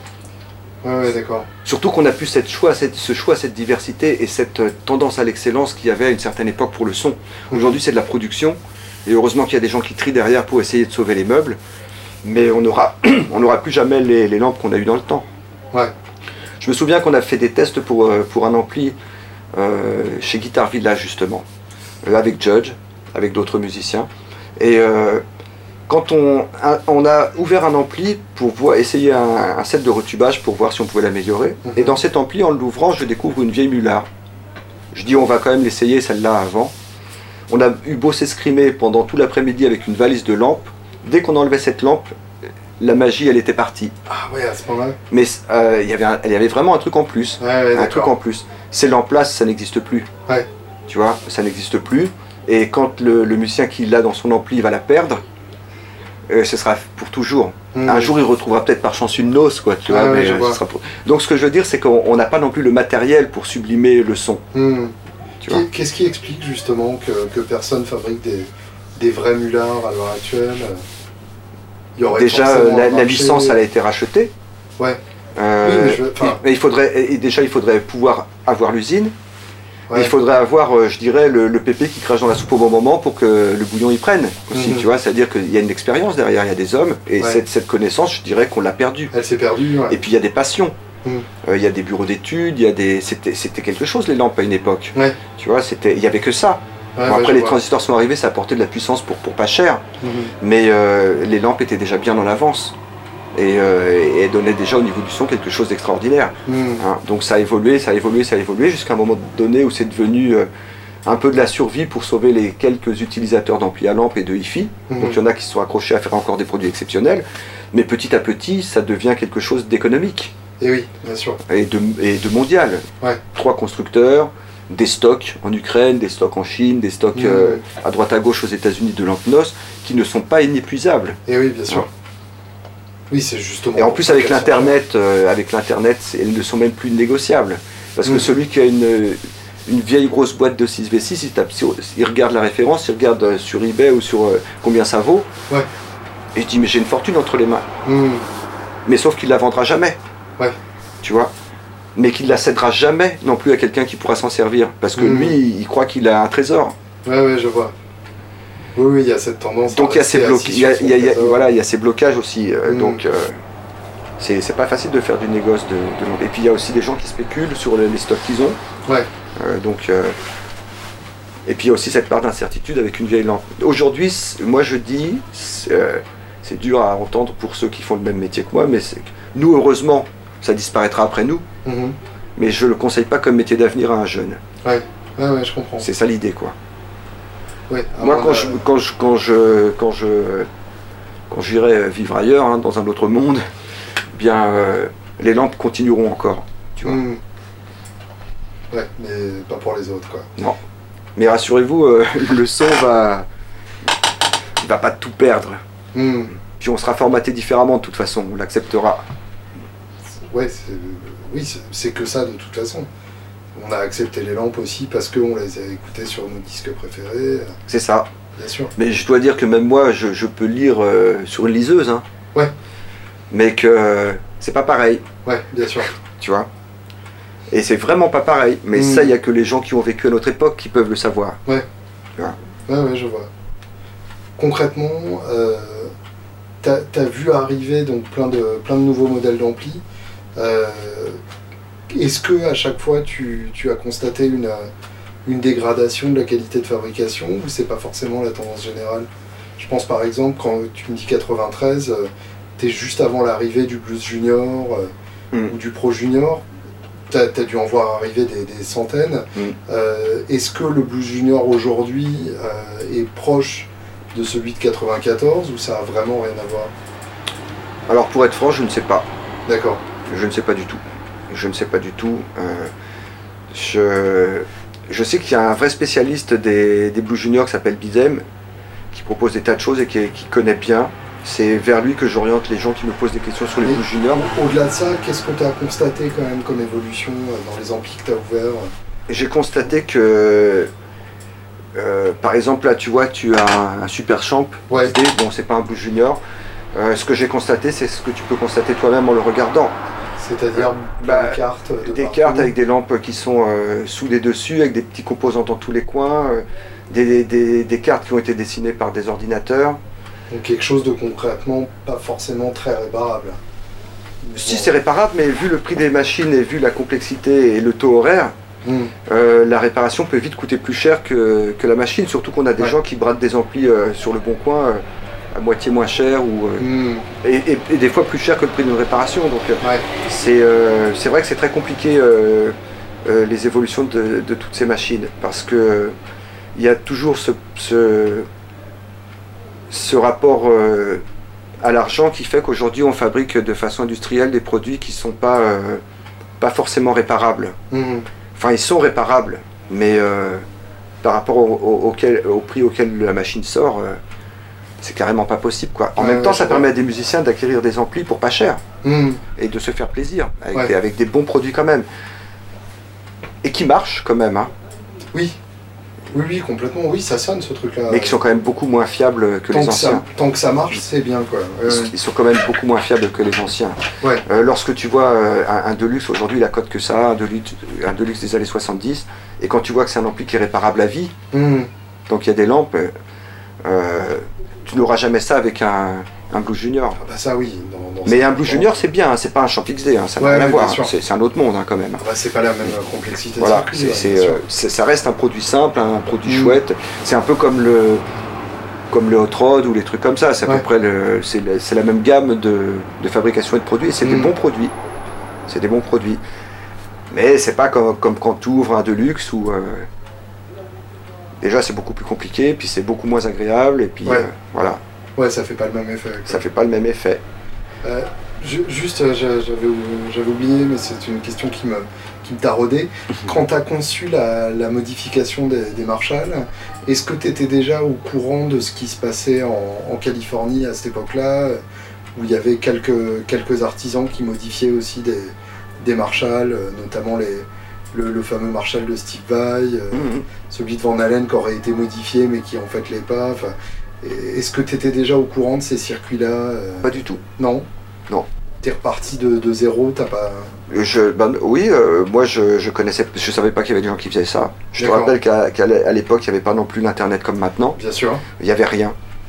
d'accord. Surtout qu'on a plus ce choix, cette diversité et cette tendance à l'excellence qu'il y avait à une certaine époque pour le son. Aujourd'hui, c'est de la production, et heureusement qu'il y a des gens qui trient derrière pour essayer de sauver les meubles, mais on n'aura plus jamais les lampes qu'on a eues dans le temps. Je me souviens qu'on a fait des tests pour un ampli chez Guitar Village, justement, avec Judge, avec d'autres musiciens, et quand on a ouvert un ampli pour essayer un set de retubage pour voir si on pouvait l'améliorer, et dans cet ampli, en l'ouvrant, je découvre une vieille Mulard. Je dis on va quand même l'essayer celle-là avant. On a eu beau s'escrimer pendant tout l'après-midi avec une valise de lampes. Dès qu'on enlevait cette lampe, la magie elle était partie. Ah ouais, à ce moment-là. Mais il y avait vraiment un truc en plus. Un truc en plus. Ces lampes-là, ça n'existe plus. Tu vois, ça n'existe plus. Et quand le musicien qui l'a dans son ampli va la perdre, ce sera pour toujours. Un jour, il retrouvera peut-être par chance une noce, quoi, tu vois, mais ce sera pour... Donc, ce que je veux dire, c'est qu'on n'a pas non plus le matériel pour sublimer le son. Qu'est-ce qui explique justement que personne fabrique des vrais mulards à l'heure actuelle? Déjà, la licence, elle a été rachetée. Oui, mais il faudrait pouvoir avoir l'usine. Ouais. Il faudrait avoir, je dirais, le pépé qui crache dans la soupe au bon moment pour que le bouillon y prenne aussi, tu vois. C'est-à-dire qu'il y a une expérience derrière, il y a des hommes, et cette connaissance, je dirais qu'on l'a perdue. Elle s'est perdue, ouais. Et puis il y a des passions. Il y a des bureaux d'études, c'était quelque chose les lampes à une époque. Ouais. Tu vois, il y avait que ça. Ouais, Bon, ouais, après je les vois. transistors sont arrivés, ça apportait de la puissance pour pas cher, mais les lampes étaient déjà bien en avance et elles donnaient déjà au niveau du son quelque chose d'extraordinaire. Hein. Donc ça a évolué jusqu'à un moment donné où c'est devenu un peu de la survie pour sauver les quelques utilisateurs d'ampli à lampe et de hi-fi. Donc il y en a qui se sont accrochés à faire encore des produits exceptionnels, mais petit à petit ça devient quelque chose d'économique. Et oui, bien sûr. Et de mondial. Ouais. 3 constructeurs, des stocks en Ukraine, des stocks en Chine, des stocks à droite à gauche aux États-Unis de lampes NOS qui ne sont pas inépuisables. Et oui, bien sûr. Ouais. Oui, c'est justement. Et en plus avec l'internet, elles ne sont même plus négociables. Parce que celui qui a une vieille grosse boîte de 6V6, il regarde la référence, il regarde sur eBay ou sur combien ça vaut. Ouais. Et il dit mais j'ai une fortune entre les mains. Mais sauf qu'il la vendra jamais. Ouais. Tu vois, mais qu'il ne la cédera jamais non plus à quelqu'un qui pourra s'en servir. Parce que lui, il croit qu'il a un trésor. Ouais, je vois. Oui, il y a cette tendance. Donc il y a ces blocages. Voilà. Il y a ces blocages aussi. Donc c'est pas facile de faire du négoce de lampe. Et puis il y a aussi des gens qui spéculent sur les stocks qu'ils ont. Ouais. Et puis il y a aussi cette part d'incertitude avec une vieille lampe. Aujourd'hui, moi je dis, c'est dur à entendre pour ceux qui font le même métier que moi, mais c'est que nous, heureusement, ça disparaîtra après nous. Mais je le conseille pas comme métier d'avenir à un jeune. Ouais, je comprends. C'est ça l'idée, quoi. Ouais, Moi, quand j'irai vivre ailleurs, hein, dans un autre monde, bien, les lampes continueront encore, tu vois. Ouais, mais pas pour les autres, quoi. Non. Mais rassurez-vous, le son il va pas tout perdre. Puis on sera formaté différemment de toute façon, on l'acceptera. Ouais, c'est que ça de toute façon. On a accepté les lampes aussi parce qu'on les a écoutées sur nos disques préférés. C'est ça. Bien sûr. Mais je dois dire que même moi, je peux lire sur une liseuse. Hein. Ouais. Mais que c'est pas pareil. Ouais, bien sûr. Tu vois. Et c'est vraiment pas pareil. Mais ça, il n'y a que les gens qui ont vécu à notre époque qui peuvent le savoir. Ouais. Tu vois. Ouais, je vois. Concrètement, t'as vu arriver donc plein de nouveaux modèles d'ampli. Est-ce que à chaque fois tu as constaté une dégradation de la qualité de fabrication ou c'est pas forcément la tendance générale? Je pense par exemple quand tu me dis 93, t'es juste avant l'arrivée du Blues Junior ou du Pro Junior, t'as dû en voir arriver des centaines. Est-ce que le Blues Junior aujourd'hui est proche de celui de 94 ou ça a vraiment rien à voir? Alors pour être franc, je ne sais pas. D'accord. Je ne sais pas du tout. Je ne sais pas du tout. Je sais qu'il y a un vrai spécialiste des Blues Junior qui s'appelle Bizem, qui propose des tas de choses et qui connaît bien. C'est vers lui que j'oriente les gens qui me posent des questions sur les Blues Junior. Au-delà de ça, qu'est-ce que tu as constaté quand même comme évolution dans les amplis que tu as ouverts? J'ai constaté que, par exemple, là, tu vois, tu as un Super Champ. Ouais. Bon, c'est pas un Blues Junior. Ce que j'ai constaté, c'est ce que tu peux constater toi-même en le regardant. C'est-à-dire des cartes des cartes avec des lampes qui sont soudées dessus, avec des petits composants dans tous les coins, des cartes qui ont été dessinées par des ordinateurs. Donc quelque chose de concrètement pas forcément très réparable. Si c'est réparable, mais vu le prix des machines et vu la complexité et le taux horaire, la réparation peut vite coûter plus cher que la machine, surtout qu'on a des gens qui bradent des amplis sur le bon coin à moitié moins cher et des fois plus cher que le prix d'une réparation. Donc c'est vrai que c'est très compliqué les évolutions de toutes ces machines parce que il y a toujours ce rapport à l'argent qui fait qu'aujourd'hui on fabrique de façon industrielle des produits qui ne sont pas forcément réparables. Enfin ils sont réparables, mais par rapport au prix auquel la machine sort, c'est carrément pas possible, quoi. En même temps, ça permet à des musiciens d'acquérir des amplis pour pas cher et de se faire plaisir avec des bons produits quand même et qui marchent quand même. Hein. Oui. Oui, complètement. Oui, ça sonne ce truc-là. mais qui sont quand même beaucoup moins fiables que les anciens. Tant que ça marche, c'est bien, quoi. Ils sont quand même beaucoup moins fiables que les anciens. Ouais. Lorsque tu vois un Deluxe, aujourd'hui, il a cote que ça, un Deluxe des années 70, et quand tu vois que c'est un ampli qui est réparable à vie, donc il y a des lampes, tu n'auras jamais ça avec un Blues Junior. Ah bah ça, oui. Mais un Blues Junior, c'est bien, hein, c'est pas un Champ XD, hein, ça n'a rien à voir, c'est un autre monde, hein, quand même. Ah bah, c'est pas la même complexité. Voilà, de circuit, ça reste un produit simple, un produit chouette. C'est un peu comme le Hot Rod ou les trucs comme ça. C'est à peu près c'est la même gamme de fabrication et de produits. Et c'est des bons produits. C'est des bons produits. Mais c'est pas comme quand tu ouvres un Deluxe où déjà c'est beaucoup plus compliqué, puis c'est beaucoup moins agréable. Et puis voilà. Ouais, ça fait pas le même effet. Quoi. Ça fait pas le même effet. Juste, j'avais oublié, mais c'est une question qui me taraudait. Quand tu as conçu la modification des Marshall, est-ce que tu étais déjà au courant de ce qui se passait en Californie à cette époque-là, où il y avait quelques artisans qui modifiaient aussi des Marshall, notamment le fameux Marshall de Steve Vai, celui de Van Halen qui aurait été modifié mais qui en fait l'est pas. Est-ce que tu étais déjà au courant de ces circuits-là Pas du tout. Non. T'es reparti de zéro, t'as pas... Oui, moi je connaissais, je savais pas qu'il y avait des gens qui faisaient ça. Je te rappelle qu'à l'époque, il n'y avait pas non plus l'internet comme maintenant. Bien sûr. Il n'y avait rien.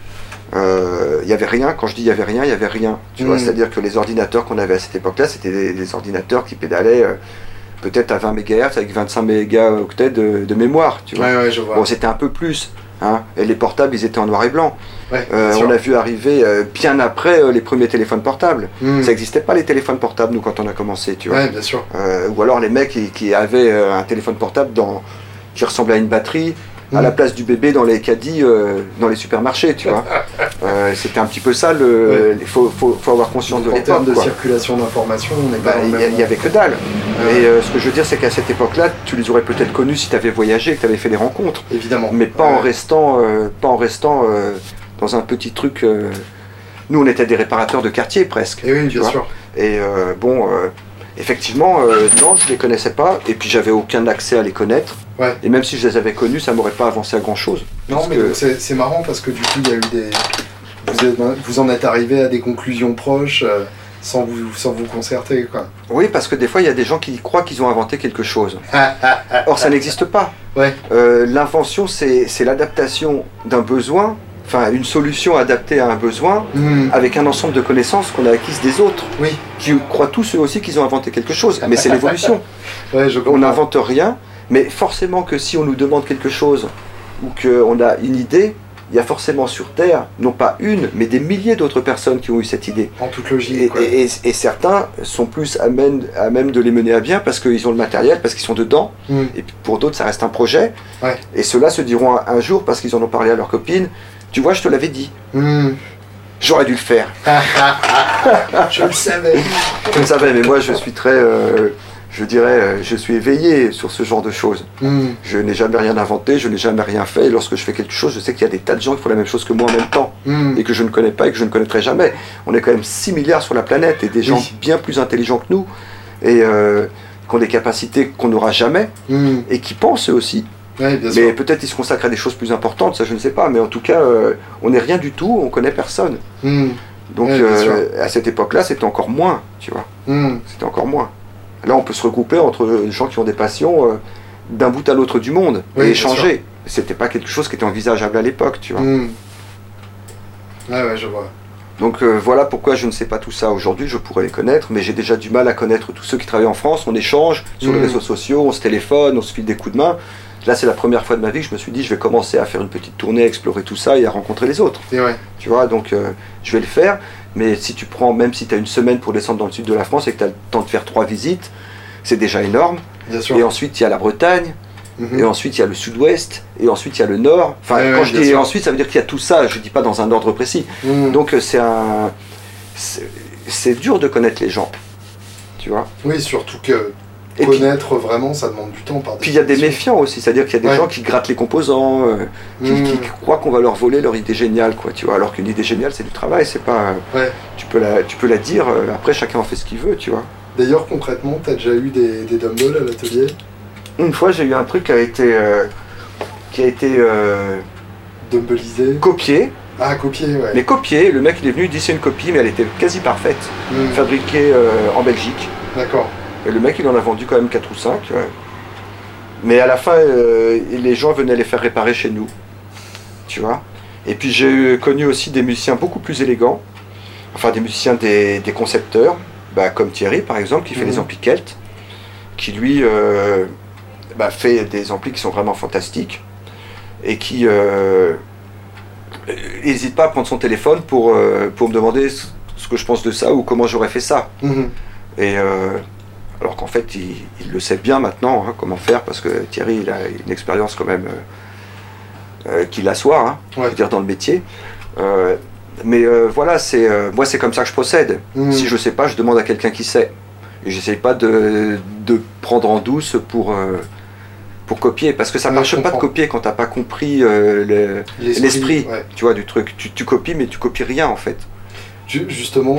Il y avait rien, quand je dis il y avait rien. Tu vois, c'est-à-dire que les ordinateurs qu'on avait à cette époque-là, c'était des ordinateurs qui pédalaient peut-être à 20 MHz avec 25 mégaoctets de mémoire. Tu vois. Ouais, je vois. Bon, c'était un peu plus. Hein, et les portables, ils étaient en noir et blanc. On a vu arriver bien après les premiers téléphones portables. Ça n'existait pas les téléphones portables, nous, quand on a commencé, tu vois. Ouais, bien sûr. Ou alors les mecs qui avaient un téléphone portable qui ressemblait à une batterie à la place du bébé dans les caddies dans les supermarchés, tu vois. C'était un petit peu ça. Il faut avoir conscience de l'époque. En termes de circulation d'informations, on n'est pas dans le même... Il n'y avait que dalle. Et ce que je veux dire, c'est qu'à cette époque-là, tu les aurais peut-être connus si tu avais voyagé, que tu avais fait des rencontres. Évidemment. Mais pas en restant dans un petit truc. Nous, on était des réparateurs de quartier presque. Et oui, bien sûr. Et effectivement, non, je les connaissais pas. Et puis, j'avais aucun accès à les connaître. Ouais. Et même si je les avais connus, ça m'aurait pas avancé à grand chose. Non, mais c'est marrant parce que du coup, il y a eu vous en êtes arrivé à des conclusions proches. Sans vous concerter, quoi. Oui, parce que des fois, il y a des gens qui croient qu'ils ont inventé quelque chose. Or, ça n'existe pas. Ouais. L'invention, c'est l'adaptation d'un besoin, enfin, une solution adaptée à un besoin, avec un ensemble de connaissances qu'on a acquises des autres, qui croient tous eux aussi qu'ils ont inventé quelque chose. Mais c'est l'évolution. On n'invente rien, mais forcément que si on nous demande quelque chose, ou qu'on a une idée, il y a forcément sur Terre, non pas une, mais des milliers d'autres personnes qui ont eu cette idée. En toute logique. Et certains sont plus à même de les mener à bien parce qu'ils ont le matériel, parce qu'ils sont dedans. Et pour d'autres, ça reste un projet. Ouais. Et ceux-là se diront un jour, parce qu'ils en ont parlé à leurs copines, tu vois, je te l'avais dit. J'aurais dû le faire. Je le savais. Je le savais, mais moi, je suis très... je suis éveillé sur ce genre de choses. Je n'ai jamais rien inventé, je n'ai jamais rien fait. Et lorsque je fais quelque chose, je sais qu'il y a des tas de gens qui font la même chose que moi en même temps. Et que je ne connais pas et que je ne connaîtrai jamais. On est quand même 6 milliards sur la planète et des gens bien plus intelligents que nous. Et qui ont des capacités qu'on n'aura jamais. Et qui pensent eux aussi. Ouais, bien mais sûr. peut-être ils se consacrent à des choses plus importantes, ça je ne sais pas. Mais en tout cas, on n'est rien du tout, on connaît personne. Donc à cette époque-là, c'était encore moins, tu vois. C'était encore moins. Là, on peut se regrouper entre gens qui ont des passions d'un bout à l'autre du monde et échanger. C'était pas quelque chose qui était envisageable à l'époque, tu vois. Ouais, je vois. Donc voilà pourquoi je ne sais pas tout ça aujourd'hui. Je pourrais les connaître, mais j'ai déjà du mal à connaître tous ceux qui travaillent en France. On échange sur les réseaux sociaux, on se téléphone, on se file des coups de main. Là, c'est la première fois de ma vie que je me suis dit, je vais commencer à faire une petite tournée, à explorer tout ça et à rencontrer les autres. Et ouais. Tu vois, donc je vais le faire. Mais si tu prends, même si tu as une semaine pour descendre dans le sud de la France et que tu as le temps de faire 3 visites, c'est déjà énorme. Bien sûr. Et ensuite, il y a la Bretagne. Et ensuite, il y a le sud-ouest. Et ensuite, il y a le nord. Enfin, quand je dis ensuite, ça veut dire qu'il y a tout ça. Je ne dis pas dans un ordre précis. Donc, c'est dur de connaître les gens. Tu vois. Oui, surtout que connaître vraiment, ça demande du temps. Puis il y a des méfiants aussi. C'est-à-dire qu'il y a des gens qui grattent les composants, qui croient qu'on va leur voler leur idée géniale, quoi. Tu vois. Alors qu'une idée géniale, c'est du travail. C'est pas. Tu peux la dire. Après, chacun en fait ce qu'il veut, tu vois. D'ailleurs, concrètement, tu as déjà eu des dumbbells à l'atelier ? Une fois, j'ai eu un truc qui qui a été Dumbelisé. copiée. Ah, copié, ouais. Mais copiée, le mec il est venu, il dit c'est une copie, mais elle était quasi parfaite, fabriquée en Belgique. D'accord. Et le mec il en a vendu quand même 4 ou 5. Mais à la fin, les gens venaient les faire réparer chez nous. Tu vois. Et puis j'ai connu aussi des musiciens beaucoup plus élégants, enfin des musiciens, des concepteurs, comme Thierry par exemple, qui fait les amplis Kelt, qui lui fait des amplis qui sont vraiment fantastiques, et qui n'hésite pas à prendre son téléphone pour me demander ce que je pense de ça ou comment j'aurais fait ça. Et alors qu'en fait il le sait bien maintenant, hein, comment faire, parce que Thierry il a une expérience quand même qui l'assoit, hein, je veux dire, dans le métier. Mais voilà, moi c'est comme ça que je procède. Si je sais pas, je demande à quelqu'un qui sait. Et j'essaye pas de prendre en douce pour copier, parce que ça marche pas de copier quand t'as pas compris l'esprit, tu vois, du truc. Tu copies, mais tu copies rien en fait. Justement,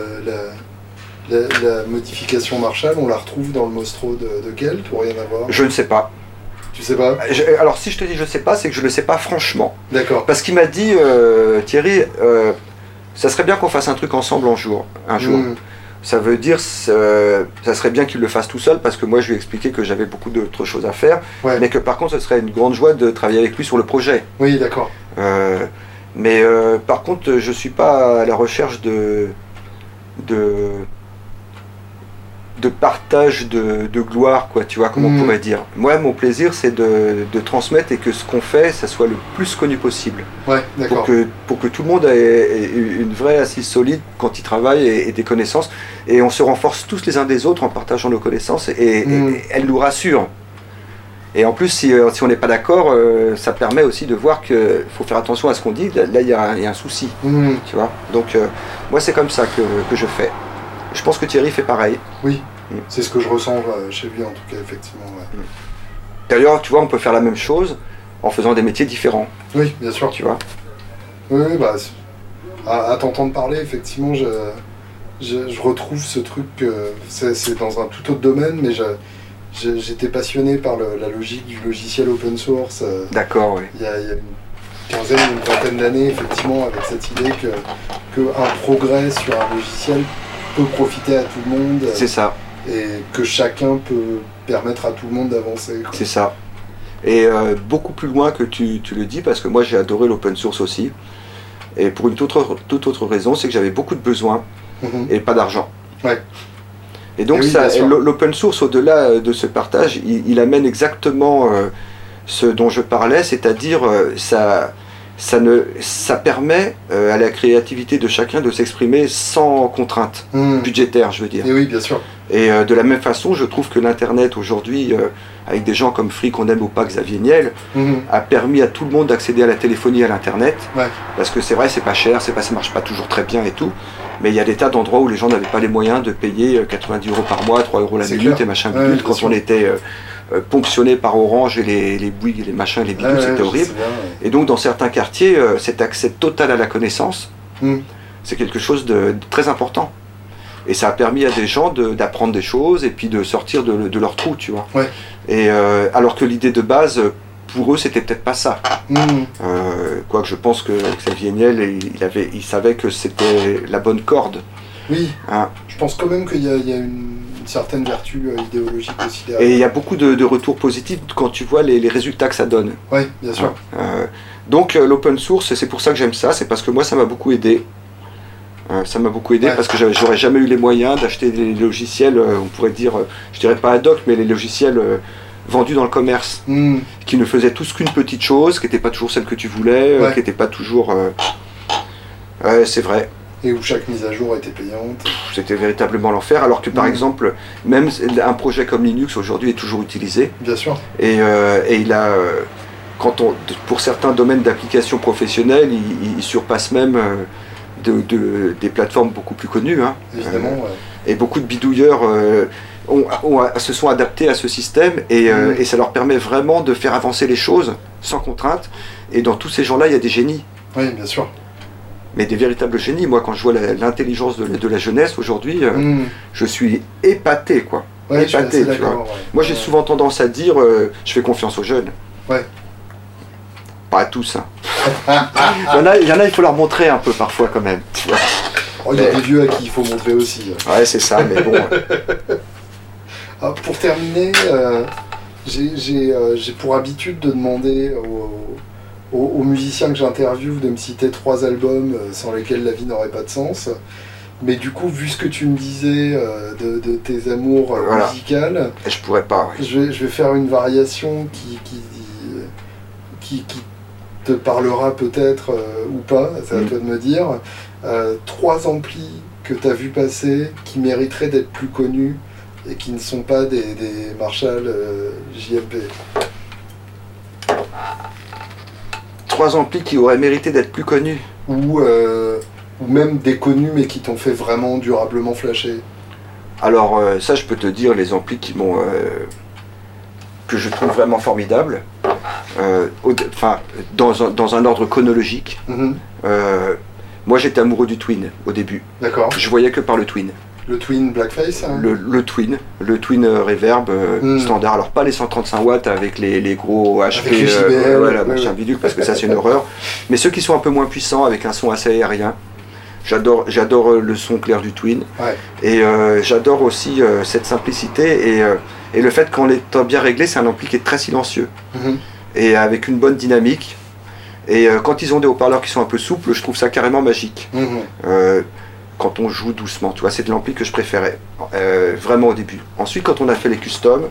la modification Marshall, on la retrouve dans le Mostro de Kelt ou rien à voir? Je ne sais pas. Tu sais pas? Alors si je te dis je sais pas, c'est que je le sais pas franchement. D'accord. Parce qu'il m'a dit, Thierry, ça serait bien qu'on fasse un truc ensemble un jour. Ça veut dire, ça serait bien qu'il le fasse tout seul, parce que moi je lui ai expliqué que j'avais beaucoup d'autres choses à faire, mais que par contre ce serait une grande joie de travailler avec lui sur le projet. Oui, d'accord. Mais par contre je suis pas à la recherche de partage de gloire, quoi, tu vois, comme on pourrait dire. Moi, mon plaisir, c'est de transmettre et que ce qu'on fait, ça soit le plus connu possible. Ouais, d'accord. Pour que tout le monde ait une vraie assise solide quand il travaille et des connaissances. Et on se renforce tous les uns des autres en partageant nos connaissances et elles nous rassurent. Et en plus, si on n'est pas d'accord, ça permet aussi de voir qu'il faut faire attention à ce qu'on dit. Là, il y a un souci, tu vois. Donc, moi, c'est comme ça que je fais. Je pense que Thierry fait pareil. Oui, c'est ce que je ressens chez lui en tout cas, effectivement. Ouais. D'ailleurs, tu vois, on peut faire la même chose en faisant des métiers différents. Oui, bien sûr. Tu vois. Oui, à t'entendre parler, effectivement, je retrouve ce truc, c'est dans un tout autre domaine, mais j'étais passionné par la logique du logiciel open source. D'accord, oui. Il y a une quinzaine, une vingtaine d'années, effectivement, avec cette idée qu'un progrès sur un logiciel peut profiter à tout le monde. C'est ça. Et que chacun peut permettre à tout le monde d'avancer. C'est ça. Et beaucoup plus loin que tu le dis, parce que moi j'ai adoré l'open source aussi. Et pour une toute autre raison, c'est que j'avais beaucoup de besoins et pas d'argent. Ouais. Et donc l'open source, au-delà de ce partage, il amène exactement ce dont je parlais, c'est-à-dire ça permet à la créativité de chacun de s'exprimer sans contrainte budgétaire, je veux dire. Et oui, bien sûr. Et de la même façon, je trouve que l'Internet aujourd'hui, avec des gens comme Free, qu'on aime ou pas, Xavier Niel, a permis à tout le monde d'accéder à la téléphonie et à l'Internet. Ouais. Parce que c'est vrai, c'est pas cher, ça marche pas toujours très bien et tout. Mais il y a des tas d'endroits où les gens n'avaient pas les moyens de payer 90 € par mois, 3 € la minute et machin bidule, quand on était ponctionné par Orange et les Bouygues et les machins, les bidules, c'était horrible. Bien, Et donc dans certains quartiers, cet accès total à la connaissance, c'est quelque chose de très important. Et ça a permis à des gens d'apprendre des choses et puis de sortir de leur trou, tu vois. Ouais. Et alors que l'idée de base, pour eux, c'était peut-être pas ça. Quoique je pense que Xavier Niel, il savait que c'était la bonne corde. Oui, hein. Je pense quand même qu'il y a une certaine vertu idéologique aussi derrière. Et il y a beaucoup de retours positifs quand tu vois les résultats que ça donne. Oui, bien sûr. Donc l'open source, c'est pour ça que j'aime ça, c'est parce que moi ça m'a beaucoup aidé. Ça m'a beaucoup aidé parce que j'aurais jamais eu les moyens d'acheter des logiciels, on pourrait dire, je dirais pas ad hoc, mais les logiciels vendus dans le commerce, qui ne faisaient tous qu'une petite chose, qui n'était pas toujours celle que tu voulais, qui n'était pas toujours... c'est vrai. Et où chaque mise à jour était payante. C'était véritablement l'enfer, alors que par exemple, même un projet comme Linux aujourd'hui est toujours utilisé. Bien sûr. Et il a... pour certains domaines d'application professionnelle, il surpasse même... des plateformes beaucoup plus connues. Hein. Évidemment, et beaucoup de bidouilleurs se sont adaptés à ce système et ça leur permet vraiment de faire avancer les choses sans contrainte. Et dans tous ces gens-là, il y a des génies. Oui, bien sûr. Mais des véritables génies. Moi, quand je vois l'intelligence de la jeunesse aujourd'hui, je suis épaté, quoi. Ouais, épaté, tu vois. Moi, j'ai souvent tendance à dire je fais confiance aux jeunes. Ouais. Pas à tous. Hein. Il y en a, il faut leur montrer un peu parfois quand même. Tu vois. Oh, il y a des vieux à qui il faut montrer aussi. Ouais, c'est ça, mais bon. Pour terminer, j'ai pour habitude de demander aux musiciens que j'interviewe de me citer 3 albums sans lesquels la vie n'aurait pas de sens. Mais du coup, vu ce que tu me disais de tes amours musicales, je pourrais pas. Ouais. Je vais faire une variation qui te parlera peut-être ou pas, c'est à toi de me dire. 3 amplis que tu as vu passer qui mériteraient d'être plus connus et qui ne sont pas des Marshall JMP. 3 amplis qui auraient mérité d'être plus connus. Ou même des connus mais qui t'ont fait vraiment durablement flasher. Alors ça, je peux te dire les amplis qui m'ont que je trouve vraiment formidables. Dans un ordre chronologique. Moi, j'étais amoureux du Twin au début. D'accord. Je voyais que par le Twin. Le Twin Blackface hein. Le Twin Reverb standard. Alors pas les 135 watts avec les gros HP, machin bidule, parce que ça c'est une horreur. Mais ceux qui sont un peu moins puissants avec un son assez aérien. J'adore le son clair du Twin. Ouais. Et j'adore aussi cette simplicité et le fait qu'en étant bien réglé, c'est un ampli qui est très silencieux. Et avec une bonne dynamique. Et quand ils ont des haut-parleurs qui sont un peu souples, je trouve ça carrément magique. Quand on joue doucement, tu vois, c'est de l'ampli que je préférais, vraiment au début. Ensuite, quand on a fait les customs,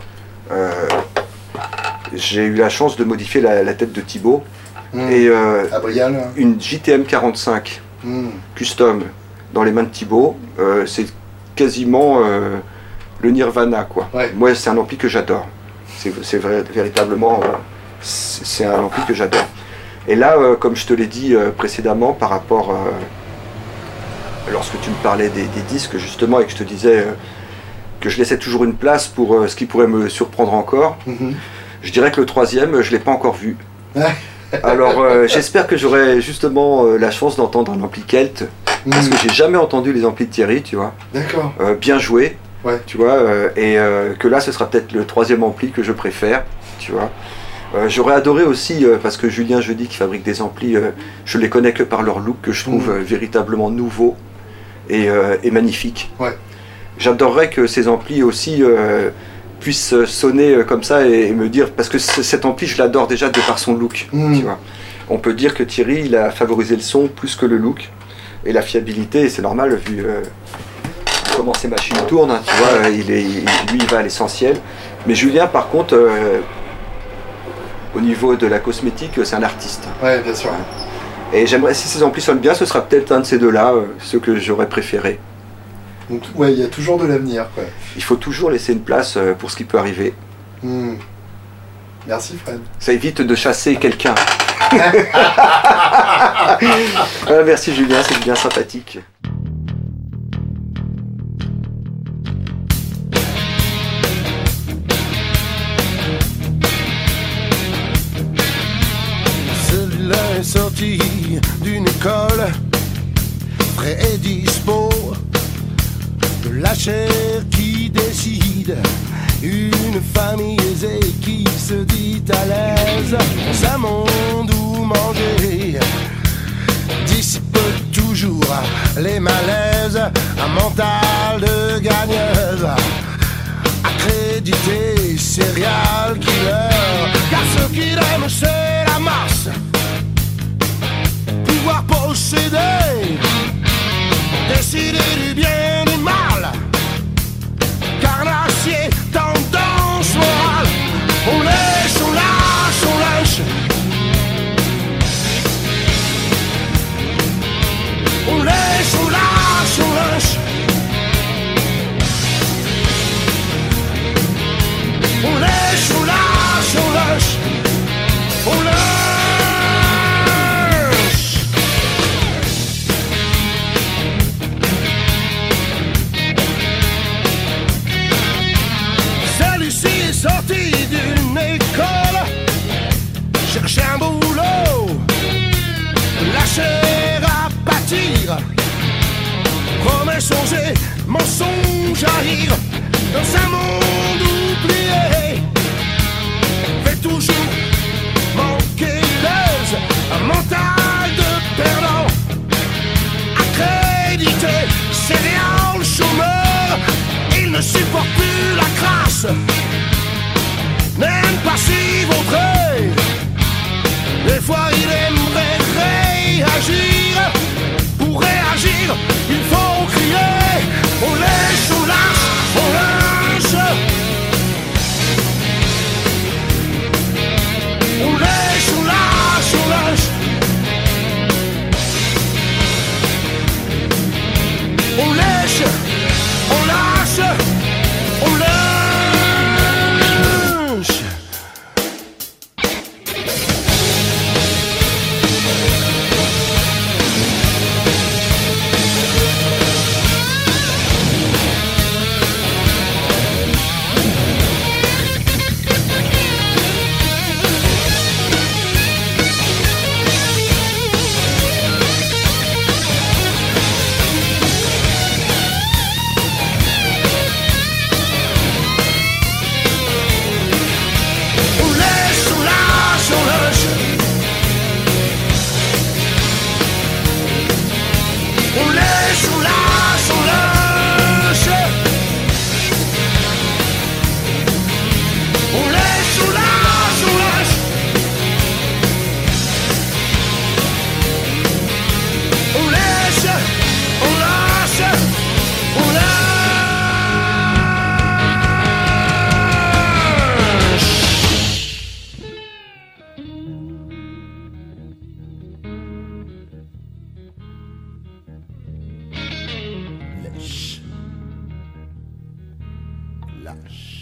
j'ai eu la chance de modifier la tête de Thibaut. Et une JTM 45 custom dans les mains de Thibaut, c'est quasiment le Nirvana, quoi. Ouais. Moi, c'est un ampli que j'adore. Véritablement, c'est un ampli que j'adore. Et là, comme je te l'ai dit précédemment, par rapport, lorsque tu me parlais des disques justement, et que je te disais que je laissais toujours une place pour ce qui pourrait me surprendre encore, je dirais que le 3e, je ne l'ai pas encore vu. Alors j'espère que j'aurai justement la chance d'entendre un ampli Celt, parce que j'ai jamais entendu les amplis de Thierry, tu vois. D'accord. Bien joué, ouais. Tu vois, et que là ce sera peut-être le 3e ampli que je préfère, tu vois. J'aurais adoré aussi, parce que Julien Jeudi qui fabrique des amplis, je les connais que par leur look que je trouve véritablement nouveau et magnifique. Ouais. J'adorerais que ces amplis aussi puissent sonner comme ça et me dire, parce que cet ampli je l'adore déjà de par son look, tu vois. On peut dire que Thierry il a favorisé le son plus que le look et la fiabilité, et c'est normal vu comment ces machines tournent, hein, tu vois, lui il va à l'essentiel. Mais Julien par contre, au niveau de la cosmétique, c'est un artiste. Ouais, bien sûr. Et j'aimerais, si ces amplis sonnent bien, ce sera peut-être un de ces deux-là, ceux que j'aurais préféré. Donc, ouais, il y a toujours de l'avenir, quoi. Il faut toujours laisser une place pour ce qui peut arriver. Merci, Fred. Ça évite de chasser quelqu'un. Merci Julien, c'est bien sympathique. Est sorti d'une école, frais et dispo, de la chair qui décide, une famille aisée qui se dit à l'aise dans un monde où manger dissipe toujours les malaises, un mental de gagneuse, accrédité serial killer, car ce qu'il aime c'est la masse. Pouvoir posséder, décider du bien du mal, carnassier, tendance morale, on laisse, on lâche, on lâche, on laisse, on lâche, on lâche, on laisse, on lâche, on lâche, on lâche. Sorti d'une école, chercher un boulot, la chair à pâtir, promets songer, mensonge à rire, dans un monde oublié, fait toujours manquer l'air. lâche.